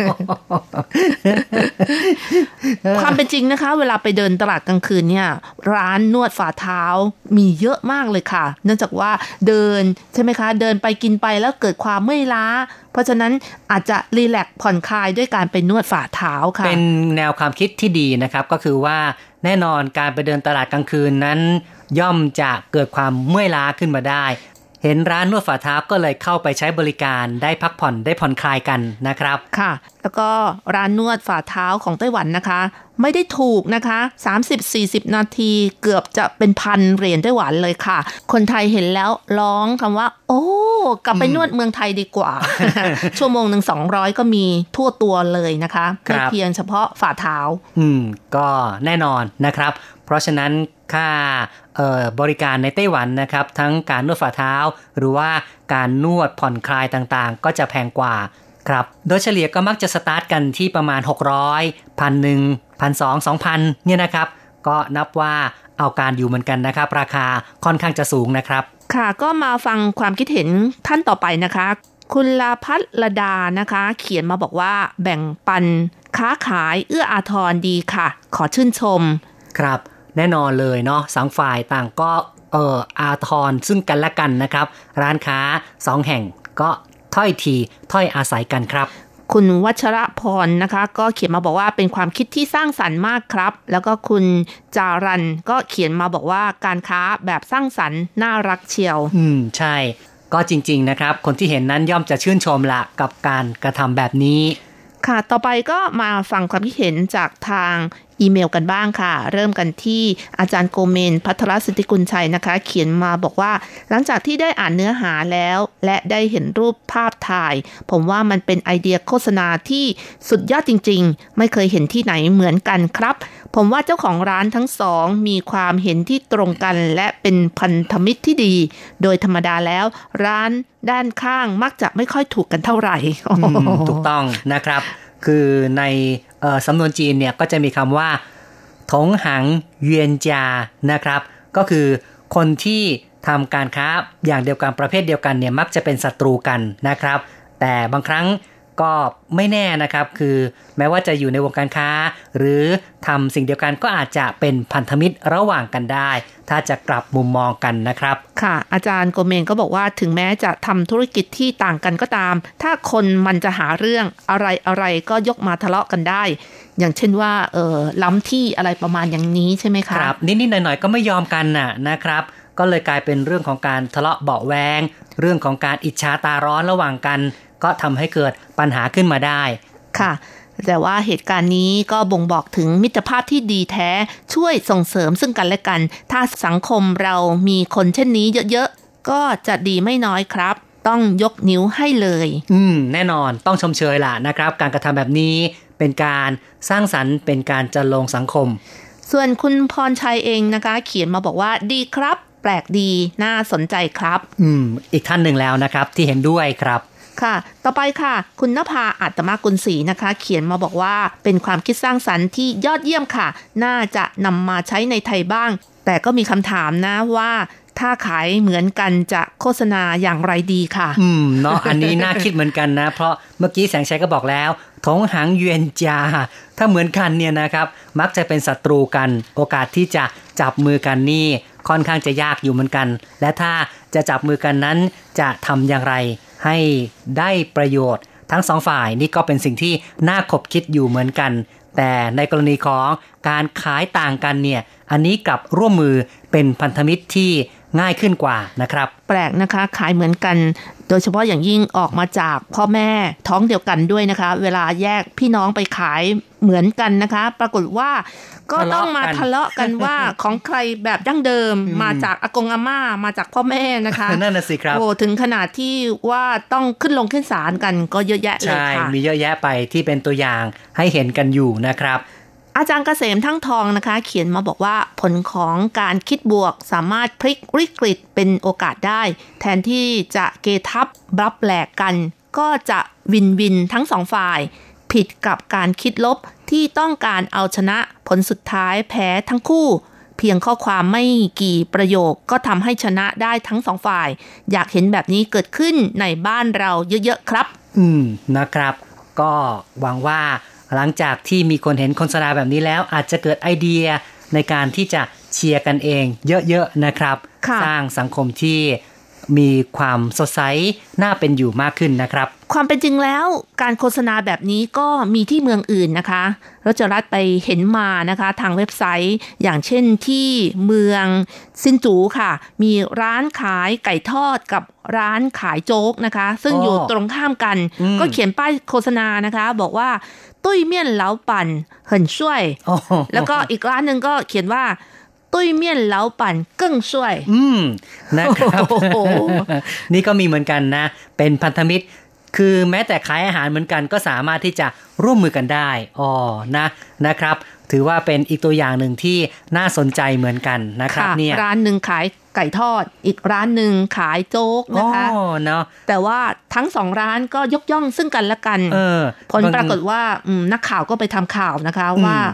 Speaker 4: ความเป็นจริงนะคะเวลาไปเดินตลาดกลางคืนเนี่ยร้านนวดฝ่าเท้ามีเยอะมากเลยค่ะเนื่องจากว่าเดินใช่ไหมคะเดินไปกินไปแล้วเกิดความเมื่อยล้าเพราะฉะนั้นอาจจะรีแลกซ์ผ่อนคลายด้วยการไปนวดฝ่าเท้าค่ะ
Speaker 5: เป็นแนวความคิดที่ดีนะครับก็คือว่าแน่นอนการไปเดินตลาดกลางคืนนั้นย่อมจะเกิดความเมื่อยล้าขึ้นมาได้เห็นร้านนวดฝ่าเท้าก็เลยเข้าไปใช้บริการได้พักผ่อนได้ผ่อนคลายกันนะครับ
Speaker 4: ค่ะแล้วก็ร้านนวดฝ่าเท้าของไต้หวันนะคะไม่ได้ถูกนะคะ 30-40 นาทีเกือบจะเป็นพันเหรียญไต้หวันเลยค่ะคนไทยเห็นแล้วร้องคำว่าโอ้กลับไปนวดเมืองไทยดีกว่า ชั่วโมงนึง200ก็มีทั่วตัวเลยนะคะไม่เพียงเฉพาะฝ่าเท้า
Speaker 5: ก็แน่นอนนะครับเพราะฉะนั้นค่าบริการในไต้หวันนะครับทั้งการนวดฝ่าเท้าหรือว่าการนวดผ่อนคลายต่างๆก็จะแพงกว่าครับโดยเฉลี่ยก็มักจะสตาร์ทกันที่ประมาณ600 1,000 1,200 2,000เนี่ยนะครับก็นับว่าเอาการอยู่เหมือนกันนะครับราคาค่อนข้างจะสูงนะครับ
Speaker 4: ค่ะก็มาฟังความคิดเห็นท่านต่อไปนะคะคุณลาพัฒลดานะคะเขียนมาบอกว่าแบ่งปันค้าขายเอื้ออาทรดีค่ะขอชื่นชม
Speaker 5: ครับแน่นอนเลยเนาะสองฝ่ายต่างก็อาทรซึ่งกันและกันนะครับร้านค้า2แห่งก็ถ้อยทีถ้อยอาศัยกันครับ
Speaker 4: คุณวัชรพรนะคะก็เขียนมาบอกว่าเป็นความคิดที่สร้างสรรค์มากครับแล้วก็คุณจารันก็เขียนมาบอกว่าการค้าแบบสร้างสรรค์น่ารักเชียว
Speaker 5: ใช่ก็จริงๆนะครับคนที่เห็นนั้นย่อมจะชื่นชมละกับการกระทำแบบนี้
Speaker 4: ค่ะต่อไปก็มาฟังความคิดเห็นจากทางอีเมลกันบ้างค่ะเริ่มกันที่อาจารย์โกเมนภัทรสิทธิกุลชัยนะคะเขียนมาบอกว่าหลังจากที่ได้อ่านเนื้อหาแล้วและได้เห็นรูปภาพถ่ายผมว่ามันเป็นไอเดียโฆษณาที่สุดยอดจริงๆไม่เคยเห็นที่ไหนเหมือนกันครับผมว่าเจ้าของร้านทั้งสองมีความเห็นที่ตรงกันและเป็นพันธมิตรที่ดีโดยธรรมดาแล้วร้านด้านข้างมักจะไม่ค่อยถูกกันเท่าไหร่
Speaker 5: ถูกต้องนะครับคือในสำนวนจีนเนี่ยก็จะมีคำว่าถงหังเวียนจานะครับก็คือคนที่ทำการค้าอย่างเดียวกันประเภทเดียวกันเนี่ยมักจะเป็นศัตรูกันนะครับแต่บางครั้งก็ไม่แน่นะครับคือแม้ว่าจะอยู่ในวงการค้าหรือทำสิ่งเดียวกันก็อาจจะเป็นพันธมิตรระหว่างกันได้ถ้าจะกลับมุมมองกันนะครับ
Speaker 4: ค่ะอาจารย์โกเมนก็บอกว่าถึงแม้จะทำธุรกิจที่ต่างกันก็ตามถ้าคนมันจะหาเรื่องอะไรก็ยกมาทะเลาะกันได้อย่างเช่นว่าล้ำที่อะไรประมาณอย่างนี้ใช่ไหมคะ
Speaker 5: ครับนิดๆหน่อยๆก็ไม่ยอมกันนะครับก็เลยกลายเป็นเรื่องของการทะเลาะเบาะแวงเรื่องของการอิจฉาตาร้อนระหว่างกันก็ทำให้เกิดปัญหาขึ้นมาได้
Speaker 4: ค่ะแต่ว่าเหตุการณ์นี้ก็บ่งบอกถึงมิตรภาพที่ดีแท้ช่วยส่งเสริมซึ่งกันและกันถ้าสังคมเรามีคนเช่นนี้เยอะๆก็จะดีไม่น้อยครับต้องยกนิ้วให้เลย
Speaker 5: แน่นอนต้องชมเชยล่ะนะครับการกระทำแบบนี้เป็นการสร้างสรรค์เป็นการจัดลงสังคม
Speaker 4: ส่วนคุณพรชัยเองนะคะเขียนมาบอกว่าดีครับแปลกดีน่าสนใจครับ
Speaker 5: อีกท่านหนึ่งแล้วนะครับที่เห็นด้วยครับ
Speaker 4: ค่ะต่อไปค่ะคุณณภาอัตมกุลศรีนะคะเขียนมาบอกว่าเป็นความคิดสร้างสรรค์ที่ยอดเยี่ยมค่ะน่าจะนำมาใช้ในไทยบ้างแต่ก็มีคำถามนะว่าถ้าขายเหมือนกันจะโฆษณาอย่างไรดีค่ะ
Speaker 5: เนาะอันนี้น่าคิดเหมือนกันนะเพราะเมื่อกี้แสงชัยก็บอกแล้วถงหังเวียนจาถ้าเหมือนกันเนี่ยนะครับมักจะเป็นศัตรูกันโอกาสที่จะจับมือกันนี่ค่อนข้างจะยากอยู่เหมือนกันและถ้าจะจับมือกันนั้นจะทำอย่างไรให้ได้ประโยชน์ทั้งสองฝ่ายนี่ก็เป็นสิ่งที่น่าคบคิดอยู่เหมือนกันแต่ในกรณีของการขายต่างกันเนี่ยอันนี้กลับร่วมมือเป็นพันธมิตรที่ง่ายขึ้นกว่านะครับ
Speaker 4: แปลกนะคะขายเหมือนกันโดยเฉพาะอย่างยิ่งออกมาจากพ่อแม่ท้องเดียวกันด้วยนะคะเวลาแยกพี่น้องไปขายเหมือนกันนะคะปรากฏว่าก็ต้องมาทะเลาะกันว่าของใครแบบดั้งเดิมมาจากอากงอาม่ามาจากพ่อแม่นะคะ
Speaker 5: นั่นน่ะสิครับ
Speaker 4: โอ้ถึงขนาดที่ว่าต้องขึ้นลงขึ้นศาลกันก็เยอะแยะเลยค่ะ
Speaker 5: ใช่มีเยอะแยะไปที่เป็นตัวอย่างให้เห็นกันอยู่นะครับ
Speaker 4: อาจารย์เกษมทั้งทองนะคะเขียนมาบอกว่าผลของการคิดบวกสามารถพลิกวิกฤตเป็นโอกาสได้แทนที่จะเกทับรับแหลกกันก็จะวินวินทั้งสองฝ่ายผิดกับการคิดลบที่ต้องการเอาชนะผลสุดท้ายแพ้ทั้งคู่เพียงข้อความไม่กี่ประโยคก็ทำให้ชนะได้ทั้งสองฝ่ายอยากเห็นแบบนี้เกิดขึ้นในบ้านเราเยอะๆครับ
Speaker 5: นะครับก็หวังว่าหลังจากที่มีคนเห็นโฆษณาแบบนี้แล้วอาจจะเกิดไอเดียในการที่จะเชียร์กันเองเยอะๆนะครับสร้างสังคมที่มีความสดใสน่าเป็นอยู่มากขึ้นนะครับ
Speaker 4: ความเป็นจริงแล้วการโฆษณาแบบนี้ก็มีที่เมืองอื่นนะคะรัชรัตน์ไปเห็นมานะคะทางเว็บไซต์อย่างเช่นที่เมืองซินจูค่ะมีร้านขายไก่ทอดกับร้านขายโจ๊กนะคะซึ่งอยู่ตรงข้ามกันก็เขียนป้ายโฆษณานะคะบอกว่าตุ้ยเมี่ยนเหลาปั่นเหินช่วยแล้วก็อีกร้านนึงก็เขียนว่าตุ้ยเมี่ยนเหลาปั่นเกิ้งช่วย
Speaker 5: นะครับ นี่ก็มีเหมือนกันนะเป็นพันธมิตรคือแม้แต่ขายอาหารเหมือนกันก็สามารถที่จะร่วมมือกันได้นะครับถือว่าเป็นอีกตัวอย่างหนึ่งที่น่าสนใจเหมือนกันนะครับเนี่ย
Speaker 4: ร้านนึงขายไก่ทอดอีกร้านนึงขายโจ๊กนะคะแต่ว่าทั้งสองร้านก็ยกย่องซึ่งกันและกันผลปรากฏว่านักข่าวก็ไปทำข่าวนะคะว่า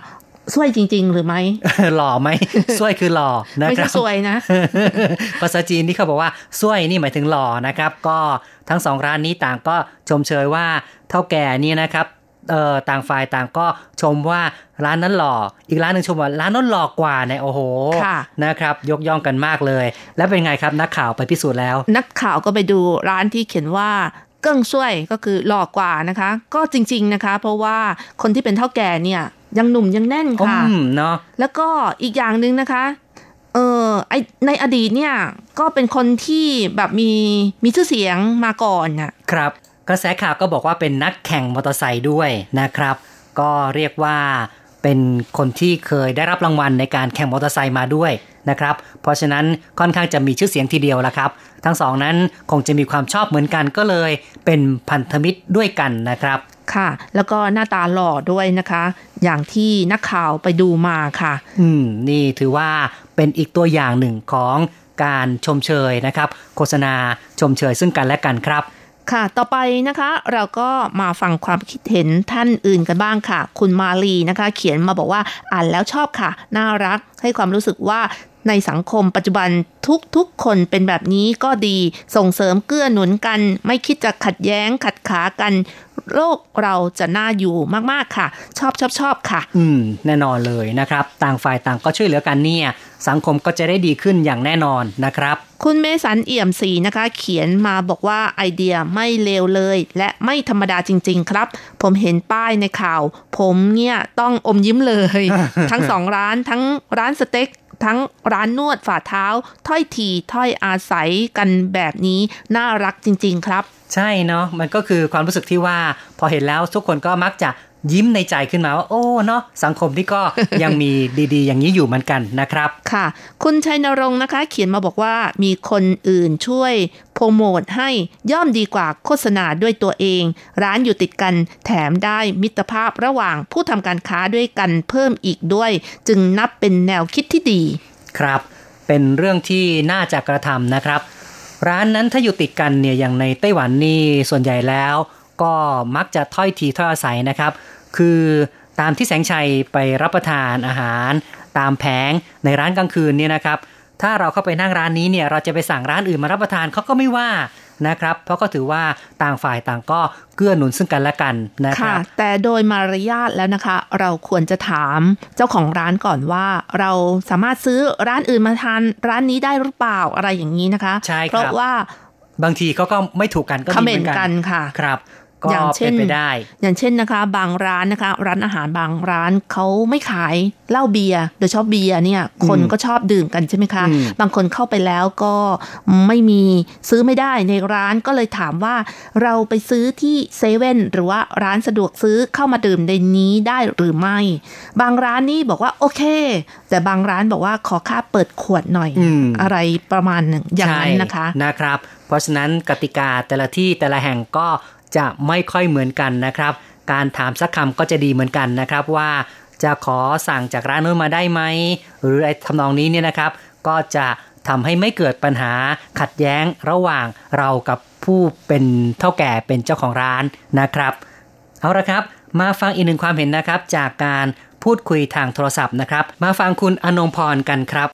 Speaker 4: สวยจริงๆหรือไม่
Speaker 5: หล่อไหมสวยคือหล่อนะ
Speaker 4: ไม่
Speaker 5: ครั
Speaker 4: ใช่
Speaker 5: บ
Speaker 4: สวยนะ
Speaker 5: ภาษาจีนที่เขาบอกว่าสวยนี่หมายถึงหล่อนะครับก็ทั้งสองร้านนี้ต่างก็ชมเชยว่าเท่าแก่นี่นะครับต่างฝ่ายต่างก็ชมว่าร้านนั้นหล่ออีกร้านนึงชมว่าร้านนั้นหล่อกว่าเนี่ยโอ้โหนะครับยกย่องกันมากเลยแล้วเป็นไงครับนักข่าวไปพิสูจน์แล้ว
Speaker 4: นักข่าวก็ไปดูร้านที่เขียนว่าเกิ้งช่วยก็คือหล่อกว่านะคะก็จริงๆนะคะเพราะว่าคนที่เป็นเท่าแก่เนี่ยยังหนุ่มยังแน่นค่ะ
Speaker 5: เนาะ
Speaker 4: แล้วก็อีกอย่างนึงนะคะในอดีตเนี่ยก็เป็นคนที่แบบมีชื่อเสียงมาก่อนน่ะ
Speaker 5: ครับกระแสข่าวก็บอกว่าเป็นนักแข่งมอเตอร์ไซค์ด้วยนะครับก็เรียกว่าเป็นคนที่เคยได้รับรางวัลในการแข่งมอเตอร์ไซค์มาด้วยนะครับเพราะฉะนั้นค่อนข้างจะมีชื่อเสียงทีเดียวละครับทั้งสองนั้นคงจะมีความชอบเหมือนกันก็เลยเป็นพันธมิตรด้วยกันนะครับ
Speaker 4: ค่ะแล้วก็หน้าตาหล่อด้วยนะคะอย่างที่นักข่าวไปดูมาค่ะ
Speaker 5: นี่ถือว่าเป็นอีกตัวอย่างหนึ่งของการชมเชยนะครับโฆษณาชมเชยซึ่งกันและกันครับ
Speaker 4: ค่ะต่อไปนะคะเราก็มาฟังความคิดเห็นท่านอื่นกันบ้างค่ะคุณมาลีนะคะเขียนมาบอกว่าอ่านแล้วชอบค่ะน่ารักให้ความรู้สึกว่าในสังคมปัจจุบันทุกคนเป็นแบบนี้ก็ดีส่งเสริมเกื้อหนุนกันไม่คิดจะขัดแย้งขัดขากันโลกเราจะน่าอยู่มากๆค่ะชอบค่ะ
Speaker 5: แน่นอนเลยนะครับต่างฝ่ายต่างก็ช่วยเหลือกันเนี่ยสังคมก็จะได้ดีขึ้นอย่างแน่นอนนะครับ
Speaker 4: คุณเมสันเอี่ยมศรีนะคะเขียนมาบอกว่าไอเดียไม่เลวเลยและไม่ธรรมดาจริงๆครับผมเห็นป้ายในข่าวผมเนี่ยต้องอมยิ้มเลย ทั้งสองร้านทั้งร้านสเต็กทั้งร้านนวดฝ่าเท้าถ้อยทีถ้อยอาศัยกันแบบนี้น่ารักจริงๆครับ
Speaker 5: ใช่เนาะมันก็คือความรู้สึกที่ว่าพอเห็นแล้วทุกคนก็มักจะยิ้มในใจขึ้นมาว่าโอ้เนาะสังคมที่ก็ ยังมีดีๆอย่างนี้อยู่เหมือนกันนะครับ
Speaker 4: ค่ะคุณชัยนรงค์นะคะเขียนมาบอกว่ามีคนอื่นช่วยโปรโมทให้ย่อมดีกว่าโฆษณาด้วยตัวเองร้านอยู่ติดกันแถมได้มิตรภาพระหว่างผู้ทำการค้าด้วยกันเพิ่มอีกด้วยจึงนับเป็นแนวคิดที่ดี
Speaker 5: ครับเป็นเรื่องที่น่าจะกระทำนะครับร้านนั้นถ้าอยู่ติดกันเนี่ยอย่างในไต้หวันนี่ส่วนใหญ่แล้วก็มักจะถ้อยทีถ้อยอาศัยนะครับคือตามที่แสงชัยไปรับประทานอาหารตามแผงในร้านกลางคืนเนี่ยนะครับถ้าเราเข้าไปนั่งร้านนี้เนี่ยเราจะไปสั่งร้านอื่นมารับประทานเขาก็ไม่ว่านะครับเพราะก็ถือว่าต่างฝ่ายต่างก็เกื้อหนุนซึ่งกันและกันนะครับ
Speaker 4: แต่โดยมารยาทแล้วนะคะเราควรจะถามเจ้าของร้านก่อนว่าเราสามารถซื้อร้านอื่นมาทานร้านนี้ได้หรือเปล่าอะไรอย่างนี้นะคะ
Speaker 5: ใช่ครับ
Speaker 4: เพราะว่า
Speaker 5: บางทีเขาก็ไม่ถูกกันก็มีเหมือนกัน
Speaker 4: ค่ะ
Speaker 5: ครับอย่างเช่น
Speaker 4: อย่างเช่นนะคะบางร้านนะคะร้านอาหารบางร้านเขาไม่ขายเหล้าเบียร์โดยเฉพาะเบียร์เนี่ยคนก็ชอบดื่มกันใช่ไหมคะบางคนเข้าไปแล้วก็ไม่มีซื้อไม่ได้ในร้านก็เลยถามว่าเราไปซื้อที่เซเว่นหรือว่าร้านสะดวกซื้อเข้ามาดื่มในนี้ได้หรือไม่บางร้านนี่บอกว่าโอเคแต่บางร้านบอกว่าขอค่าเปิดขวดหน่อยอะไรประมาณอย่างนั้นนะคะ
Speaker 5: นะครับเพราะฉะนั้นกติกาแต่ละที่แต่ละแห่งก็จะไม่ค่อยเหมือนกันนะครับการถามสักคำก็จะดีเหมือนกันนะครับว่าจะขอสั่งจากร้านโน้นมาได้ไหมหรือไอ้ทำนองนี้เนี่ยนะครับก็จะทำให้ไม่เกิดปัญหาขัดแย้งระหว่างเรากับผู้เป็นเฒ่าแก่เป็นเจ้าของร้านนะครับเอาละครับมาฟังอีกหนึ่งความเห็นนะครับจากการพูดคุยทางโทรศัพท์นะครับมาฟังคุณอนงพรกันครับ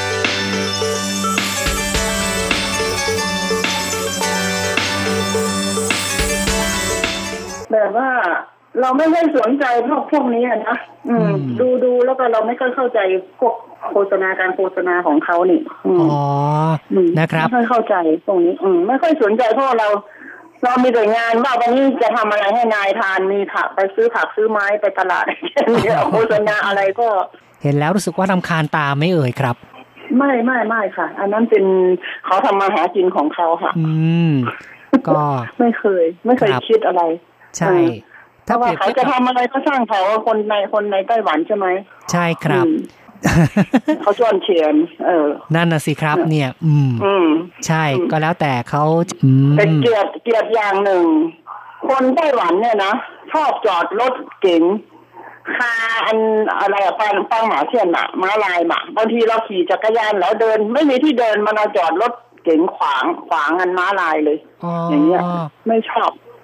Speaker 6: แบบว่าเราไม่ได้สนใจพวกนี้นะดูแล้วก็เราไม่ค่อยเข้าใจพวกการโฆษณาของเขานี่
Speaker 5: นะครับ
Speaker 6: ไม่ค่อยเข้าใจตรงนี้ไม่ค่อยสนใจเพราะเรามีแต่งานว่าวันนี้จะทำอะไรให้นายทานมีผักไปซื้อผักซื้อไม้ไปตลาดเนี่ยโฆษณาอะไรก็
Speaker 5: เห็นแล้วรู้สึกว่ารำคาญตาไม่เอ่ยครับ
Speaker 6: ไม่ค่ะอันนั้นเป็นเขาทำมาหากินของเขาค่ะ
Speaker 5: ก็
Speaker 6: ไม่เคยคิดอะไร
Speaker 5: ใช่
Speaker 6: ถ้าว่าเขาจะทำอะไรก็ช่างเขาคนในไต้หวันใช่ไหม
Speaker 5: ใช่ครับ
Speaker 6: เขาชวนเชียน
Speaker 5: นั่นน่ะสิครับเนี่ยใช่ก็แล้วแต่เขา
Speaker 6: แต่เกลียดอย่างหนึ่งคนไต้หวันเนี่ยนะชอบจอดรถเก๋งคาอันอะไรปังหมาเชียนอะม้าลายมาบางทีเราขี่จักรยานแล้วเดินไม่มีที่เดินมันเอาจอดรถเก๋งขวางอันม้าลายเลยอย่างเงี้ยไม่ชอบ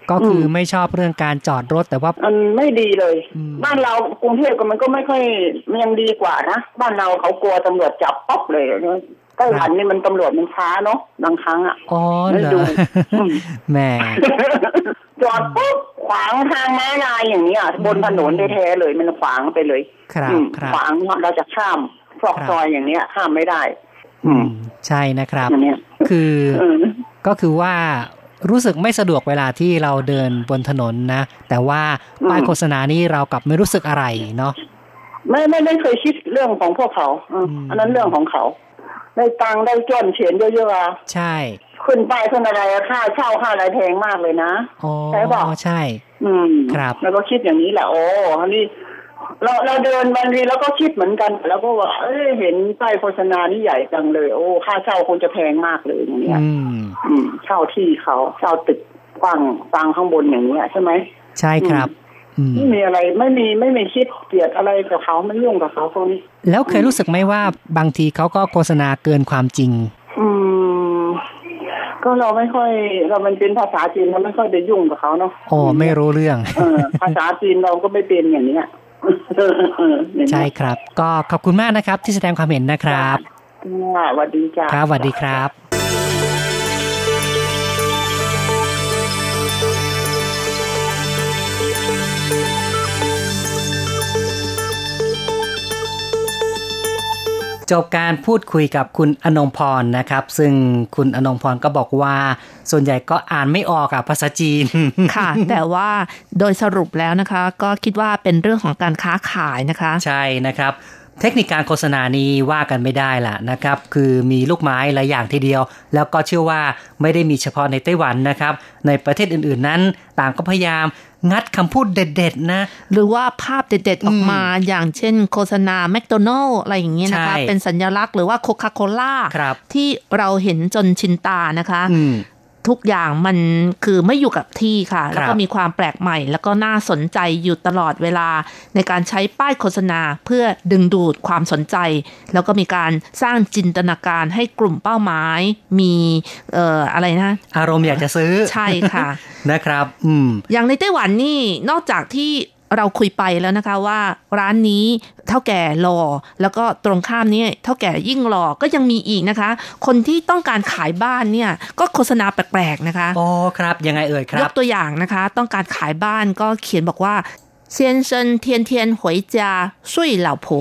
Speaker 5: ก็คือไม่ชอบเรื่องการจอดรถแต่ว่า
Speaker 6: มันไม่ดีเลยบ้านเรากรุงเทพก็มันก็ไม่ค่อยยังดีกว่านะบ้านเราเขากลัวตำรวจจับป๊อกเลยไต้หวันนี่มันตำรวจมันช้าเนาะบางครั้งอ่ะ
Speaker 5: อ๋อเหรอแหม
Speaker 6: จอดปุ๊บขวางทางม้าลายอย่างนี้บนถนนแท้ๆเลยมันขวางไปเลยขวางเราจะข้ามซอกซอยอย่างเนี้ยข้ามไม่ได้
Speaker 5: ใช่นะครับคือก็คือว่ารู้สึกไม่สะดวกเวลาที่เราเดินบนถนนนะแต่ว่าป้ายโฆษณานี่เรากลับไม่รู้สึกอะไรเนาะ
Speaker 6: ไม่เคยคิดเรื่องของพวกเขาอันนั้นเรื่องของเขาได้ตังได้จนเฉียนเยอะ
Speaker 5: ๆใช่
Speaker 6: ขึ้นป้ายขึ้นอะไรค่าเช่าค่าอะไรแพงมากเลยนะ
Speaker 5: ใช่ป่ะใช่ครับ
Speaker 6: แล้วก็คิดอย่างนี้แหละโอ้อันนี้เราเดินบางทีแล้วก็คิดเหมือนกันแล้วก็ว่าเห็นป้ายโฆษณานี่ใหญ่จังเลยโอ้ค่าเช่าคงจะแพงมากเลยอย่างเงี้ยเช่าที่เขาเช่าตึกกว้างฟังข้างบนอย่างเงี้ยใช่ไหม
Speaker 5: ใช่ครับ
Speaker 6: ไม่มีอะไรไม่มีคิดเกลียดอะไรกับเขาไม่ยุ่งกับเขาพวกนี้
Speaker 5: แล้วเคยรู้สึกไหมว่าบางทีเขาก็โฆษณาเกินความจริง
Speaker 6: ก็เราไม่ค่อยเรามันเป็นภาษาจีนเราไม่ค่อยได้ยุ่งกับเขาเนาะ
Speaker 5: ไม่รู้เรื่อง
Speaker 6: ภาษาจีนเราก็ไม่เป็นอย่างนี้
Speaker 5: ใช่ครับก็ขอบคุณมากนะครับที่แสดงความเห็นนะครับ
Speaker 6: สวัสดีจ้า
Speaker 5: ครับสวัสดีครับจบการพูดคุยกับคุณอนงพรนะครับซึ่งคุณอนงพรก็บอกว่าส่วนใหญ่ก็อ่านไม่ออกภาษาจีน
Speaker 4: ค่ะแต่ว่าโดยสรุปแล้วนะคะก็คิดว่าเป็นเรื่องของการค้าขายนะคะ
Speaker 5: ใช่นะครับเทคนิคการโฆษณานี้ว่ากันไม่ได้ล่ะนะครับคือมีลูกไม้หลายอย่างทีเดียวแล้วก็เชื่อว่าไม่ได้มีเฉพาะในไต้หวันนะครับในประเทศอื่นๆนั้นต่างก็พยายามงัดคำพูดเด็ดๆนะ
Speaker 4: หรือว่าภาพเด็ดๆออกมาอย่างเช่นโฆษณาแมคโดนัลล์อะไรอย่างเงี้ยนะคะเป็นสัญลักษณ์หรือว่าโคคาโคล่าที่เราเห็นจนชินตานะคะทุกอย่างมันคือไม่อยู่กับที่ค่ะแล้วก็มีความแปลกใหม่แล้วก็น่าสนใจอยู่ตลอดเวลาในการใช้ป้ายโฆษณาเพื่อดึงดูดความสนใจแล้วก็มีการสร้างจินตนาการให้กลุ่มเป้าหมายมีอะไรนะ
Speaker 5: อารมณ์อยากจะซื้อ
Speaker 4: ใช่ค่ะ
Speaker 5: นะครับ
Speaker 4: อย่างในไต้หวันนี่นอกจากที่เราคุยไปแล้วนะคะว่าร้านนี้เท่าแก่หล่อแล้วก็ตรงข้ามนี้เท่าแก่ยิ่งหล่อก็ยังมีอีกนะคะคนที่ต้องการขายบ้านเนี่ยก็โฆษณาแปลกๆนะคะ
Speaker 5: อ๋อครับยังไงเอ่ยครับ
Speaker 4: ยกตัวอย่างนะคะต้องการขายบ้านก็เขียนบอกว่า先生天天回家睡老婆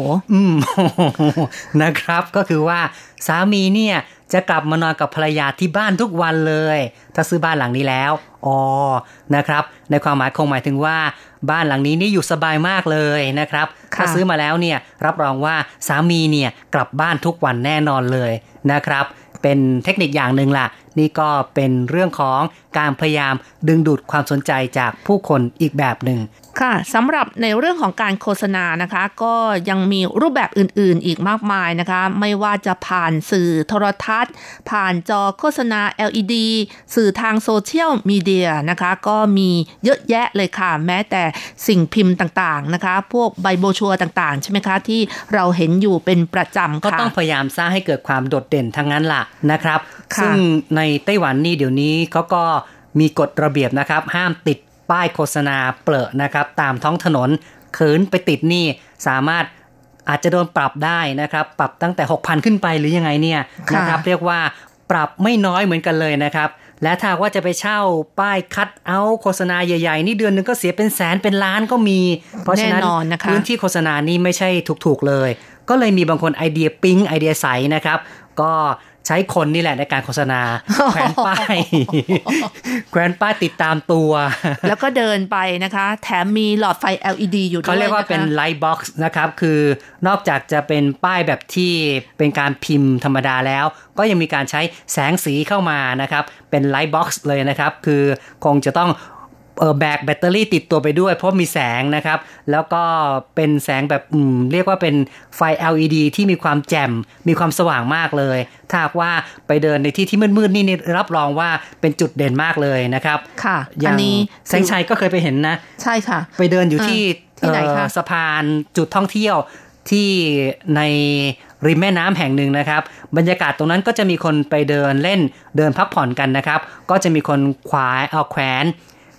Speaker 5: นะครับก็คือว่าสามีเนี่ยจะกลับมานอนกับภรรยาที่บ้านทุกวันเลยถ้าซื้อบ้านหลังนี้แล้วนะครับในความหมายคงหมายถึงว่าบ้านหลังนี้นี่อยู่สบายมากเลยนะครับถ้าซื้อมาแล้วเนี่ยรับรองว่าสามีเนี่ยกลับบ้านทุกวันแน่นอนเลยนะครับเป็นเทคนิคอย่างหนึ่งล่ะนี่ก็เป็นเรื่องของการพยายามดึงดูดความสนใจจากผู้คนอีกแบบหนึ่ง
Speaker 4: ค่ะสำหรับในเรื่องของการโฆษณานะคะก็ยังมีรูปแบบอื่นๆอีกมากมายนะคะไม่ว่าจะผ่านสื่อโทรทัศน์ผ่านจอโฆษณา LED สื่อทางโซเชียลมีเดียนะคะก็มีเยอะแยะเลยค่ะแม้แต่สิ่งพิมพ์ต่างๆนะคะพวกใบโบรชัวร์ต่างๆใช่ไหมคะที่เราเห็นอยู่เป็นประจำค่ะ
Speaker 5: ก็ต้องพยายามสร้างให้เกิดความโดดเด่นทั้งนั้นล่ะนะครับซึ่งในไต้หวันนี่เดี๋ยวนี้เขาก็มีกฎระเบียบนะครับห้ามติดป้ายโฆษณาเปลอะนะครับตามท้องถนนขืนไปติดนี่สามารถอาจจะโดนปรับได้นะครับปรับตั้งแต่ 6,000 ขึ้นไปหรือยังไงเนี่ยนะครับเรียกว่าปรับไม่น้อยเหมือนกันเลยนะครับและถ้าว่าจะไปเช่าป้ายคัทเอาท์โฆษณาใหญ่ๆนี่เดือนนึงก็เสียเป็นแสนเป็นล้านก็มีเพราะฉะนั้นพื้นที่โฆษณานี่ไม่ใช่ถูกๆเลยก็เลยมีบางคนไอเดียปิ๊งไอเดียใสนะครับก็ใช้คนนี่แหละในการโฆษณาแขวนป้ายติดตามตัว
Speaker 4: แล้วก็เดินไปนะคะแถมมีหลอดไฟ LED อยู่ด้วย
Speaker 5: เขาเรียกว่าเป็นไลท์บ็อกซ์นะครับคือนอกจากจะเป็นป้ายแบบที่เป็นการพิมพ์ธรรมดาแล้วก็ยังมีการใช้แสงสีเข้ามานะครับเป็นไลท์บ็อกซ์เลยนะครับคือคงจะต้องแบกแบตเตอรี่ติดตัวไปด้วยเพราะมีแสงนะครับแล้วก็เป็นแสงแบบเรียกว่าเป็นไฟ LED ที่มีความแจ่มมีความสว่างมากเลยถ้าว่าไปเดินในที่ที่มืดๆนี่รับรองว่าเป็นจุดเด่นมากเลยนะครับ
Speaker 4: ค่ะ
Speaker 5: อันนี้แสงชัยก็เคยไปเห็นนะ
Speaker 4: ใช่ค่ะ
Speaker 5: ไปเดินอยู่ที่ไหนคะสะพานจุดท่องเที่ยวที่ในริมแม่น้ำแห่งหนึ่งนะครับบรรยากาศตรงนั้นก็จะมีคนไปเดินเล่นเดินพักผ่อนกันนะครับก็จะมีคนแขวน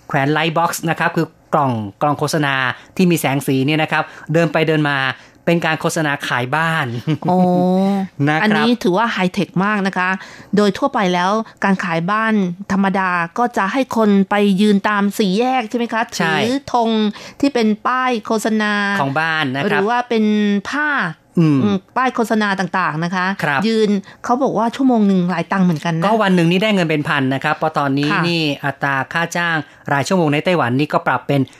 Speaker 5: แขวนไลท์บ็อกซ์นะครับคือกล่องโฆษณาที่มีแสงสีเนี่ยนะครับเดินไปเดินมาเป็นการโฆษณาขายบ้าน
Speaker 4: โอ้
Speaker 5: นะครับ
Speaker 4: อันนี้ถือว่าไฮเทคมากนะคะโดยทั่วไปแล้วการขายบ้านธรรมดาก็จะให้คนไปยืนตามสี่แยกใช่ไหมคะถือธงที่เป็นป้ายโฆษณา
Speaker 5: ของบ้านนะครับ
Speaker 4: หรือว่าเป็นผ้าป้ายโฆษณาต่างๆนะคะยืนเขาบอกว่าชั่วโมงนึงหลายตังค์เหมือนกันนะ
Speaker 5: ก็วันนึงนี่ได้เงินเป็นพันนะครับเพราะตอนนี้นี่อัตราค่าจ้างรายชั่วโมงในไต้หวันนี่ก็ปรับเป็น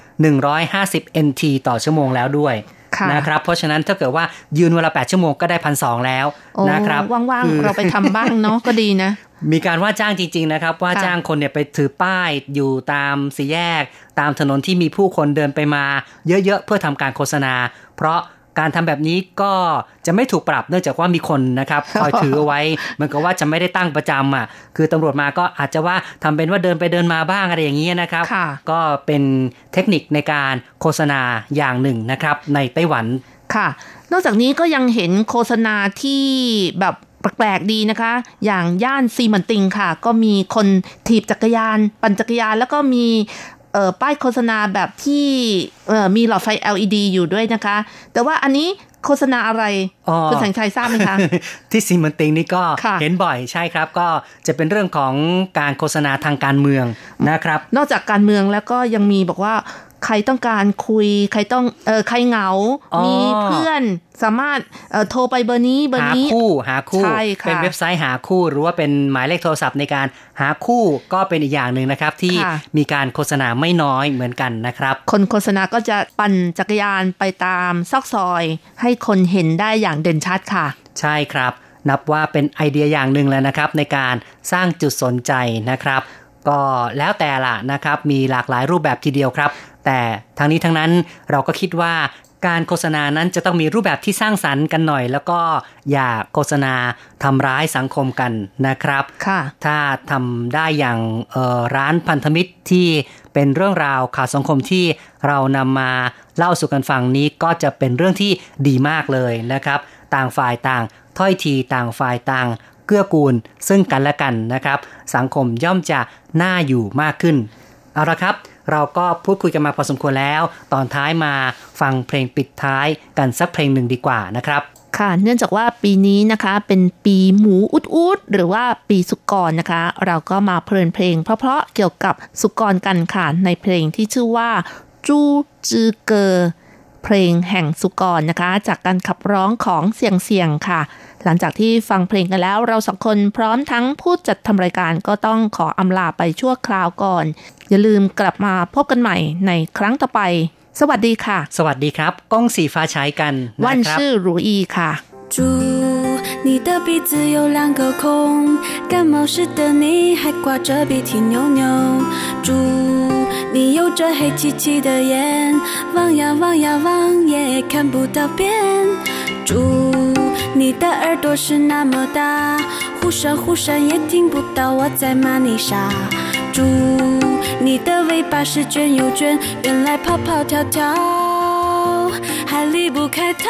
Speaker 5: 150 NT ต่อชั่วโมงแล้วด้วยนะครับเพราะฉะนั้นถ้าเกิดว่ายืนเวลา8ชั่วโมงก็ได้ 1,200 แล้วนะครับ
Speaker 4: ว่างๆเราไปทำบ้างเนาะก็ดีนะ
Speaker 5: มีการว่าจ้างจริงๆนะครับว่าจ้างคนเนี่ยไปถือป้ายอยู่ตามสี่แยกตามถนนที่มีผู้คนเดินไปมาเยอะๆเพื่อทำการโฆษณาเพราะการทำแบบนี้ก็จะไม่ถูกปรับเนื่องจากว่ามีคนนะครับคอยถือเอาไว้เหมือนกับว่าจะไม่ได้ตั้งประจำอ่ะคือตำรวจมาก็อาจจะว่าทำเป็นว่าเดินไปเดินมาบ้างอะไรอย่างนี้นะครับก็เป็นเทคนิคในการโฆษณาอย่างหนึ่งนะครับในไต้หวัน
Speaker 4: ค่ะนอกจากนี้ก็ยังเห็นโฆษณาที่แบบแปลกๆดีนะคะอย่างย่านซีมันติงค่ะก็มีคนถีบจักรยานปั่นจักรยานแล้วก็มีป้ายโฆษณาแบบที่มีหลอดไฟ LED อยู่ด้วยนะคะแต่ว่าอันนี้โฆษณาอะไรคุณแสงชัยทราบไหมคะ
Speaker 5: ที่ซีมันติงนี่ก็เห็นบ่อยใช่ครับก็จะเป็นเรื่องของการโฆษณาทางการเมืองนะครับ
Speaker 4: นอกจากการเมืองแล้วก็ยังมีบอกว่าใครต้องการคุยใครต้องใครเหงามีเพื่อนสามารถโทรไปเบอร์นี้
Speaker 5: หาคู่เป็นเว็บไซต์หาคู่หรือว่าเป็นหมายเลขโทรศัพท์ในการหาคู่ก็เป็นอีกอย่างหนึ่งนะครับที่มีการโฆษณาไม่น้อยเหมือนกันนะครับ
Speaker 4: คนโฆษณาก็จะปั่นจักรยานไปตามซอกซอยให้คนเห็นได้อย่างเด่นชัดค่ะ
Speaker 5: ใช่ครับนับว่าเป็นไอเดียอย่างหนึ่งแล้วนะครับในการสร้างจุดสนใจนะครับก็แล้วแต่ละนะครับมีหลากหลายรูปแบบทีเดียวครับแต่ทั้งนี้ทั้งนั้นเราก็คิดว่าการโฆษณานั้นจะต้องมีรูปแบบที่สร้างสรรค์กันหน่อยแล้วก็อย่าโฆษณาทำร้ายสังคมกันนะครับถ้าทำได้อย่างร้านพันธมิตรที่เป็นเรื่องราวข่าวสังคมที่เรานำมาเล่าสู่กันฟังนี้ก็จะเป็นเรื่องที่ดีมากเลยนะครับต่างฝ่ายต่างถ้อยทีต่างฝ่ายต่างเกื้อกูลซึ่งกันและกันนะครับสังคมย่อมจะน่าอยู่มากขึ้นเอาละครับเราก็พูดคุยกันมาพอสมควรแล้วตอนท้ายมาฟังเพลงปิดท้ายกันสักเพลงหนึ่งดีกว่านะครับ
Speaker 4: ค่ะเนื่องจากว่าปีนี้นะคะเป็นปีหมูอุดหรือว่าปีสุกรนะคะเราก็มาเพลินเพลงเพราะเกี่ยวกับสุกรกันค่ะในเพลงที่ชื่อว่าจูจือเกอเพลงแห่งสุกรนะคะจากการขับร้องของเสียงค่ะหลังจากที่ฟังเพลงกันแล้วเราสองคนพร้อมทั้งผู้จัดทำรายการก็ต้องขออำลาไปชั่วคราวก่อนอย่าลืมกลับมาพบกันใหม่ในครั้งต่อไปสวัสดีค่ะ
Speaker 5: สวัสดีครับก้องสีฟ้าใช้กัน
Speaker 4: วันชื่อ如意ค่ะ
Speaker 3: 猪，你的鼻子有2个孔，感冒时的你还挂着鼻涕牛牛。猪，你有着黑漆漆的眼，望呀望呀望也看不到边。猪，你的耳朵是那么大，忽闪忽闪也听不到我在骂你傻。猪，你的尾巴是卷又卷，原来跑跑跳跳还离不开它。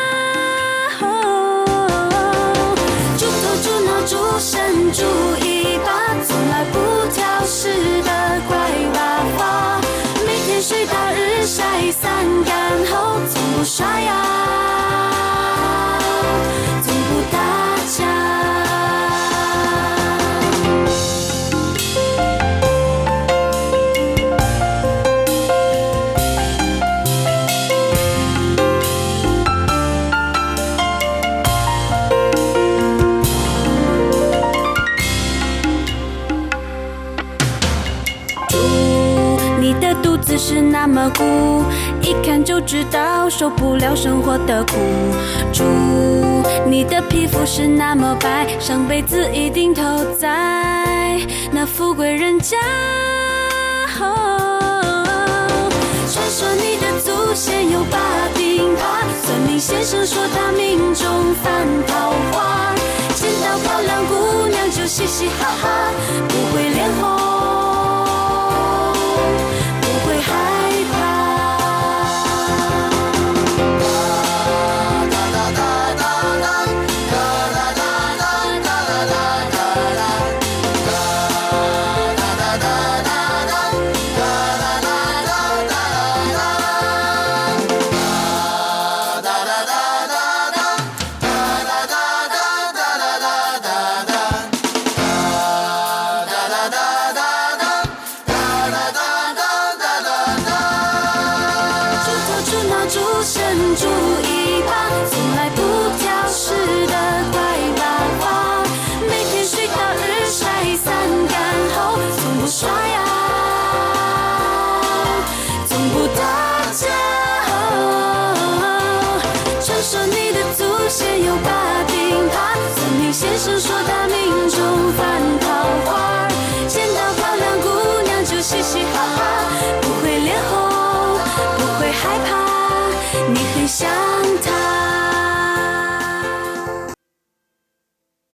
Speaker 3: 猪脑猪身猪尾巴，从来不挑食的乖娃娃，每天睡到日晒3竿后，从不刷牙，从不打架。是那么鼓，一看就知道受不了生活的苦。猪，你的皮肤是那么白，上辈子一定投在那富贵人家。传说你的祖先有8柄耙，算命先生说他命中犯桃花，见到漂亮姑娘就嘻嘻哈哈，不会脸红害怕。 先生说大名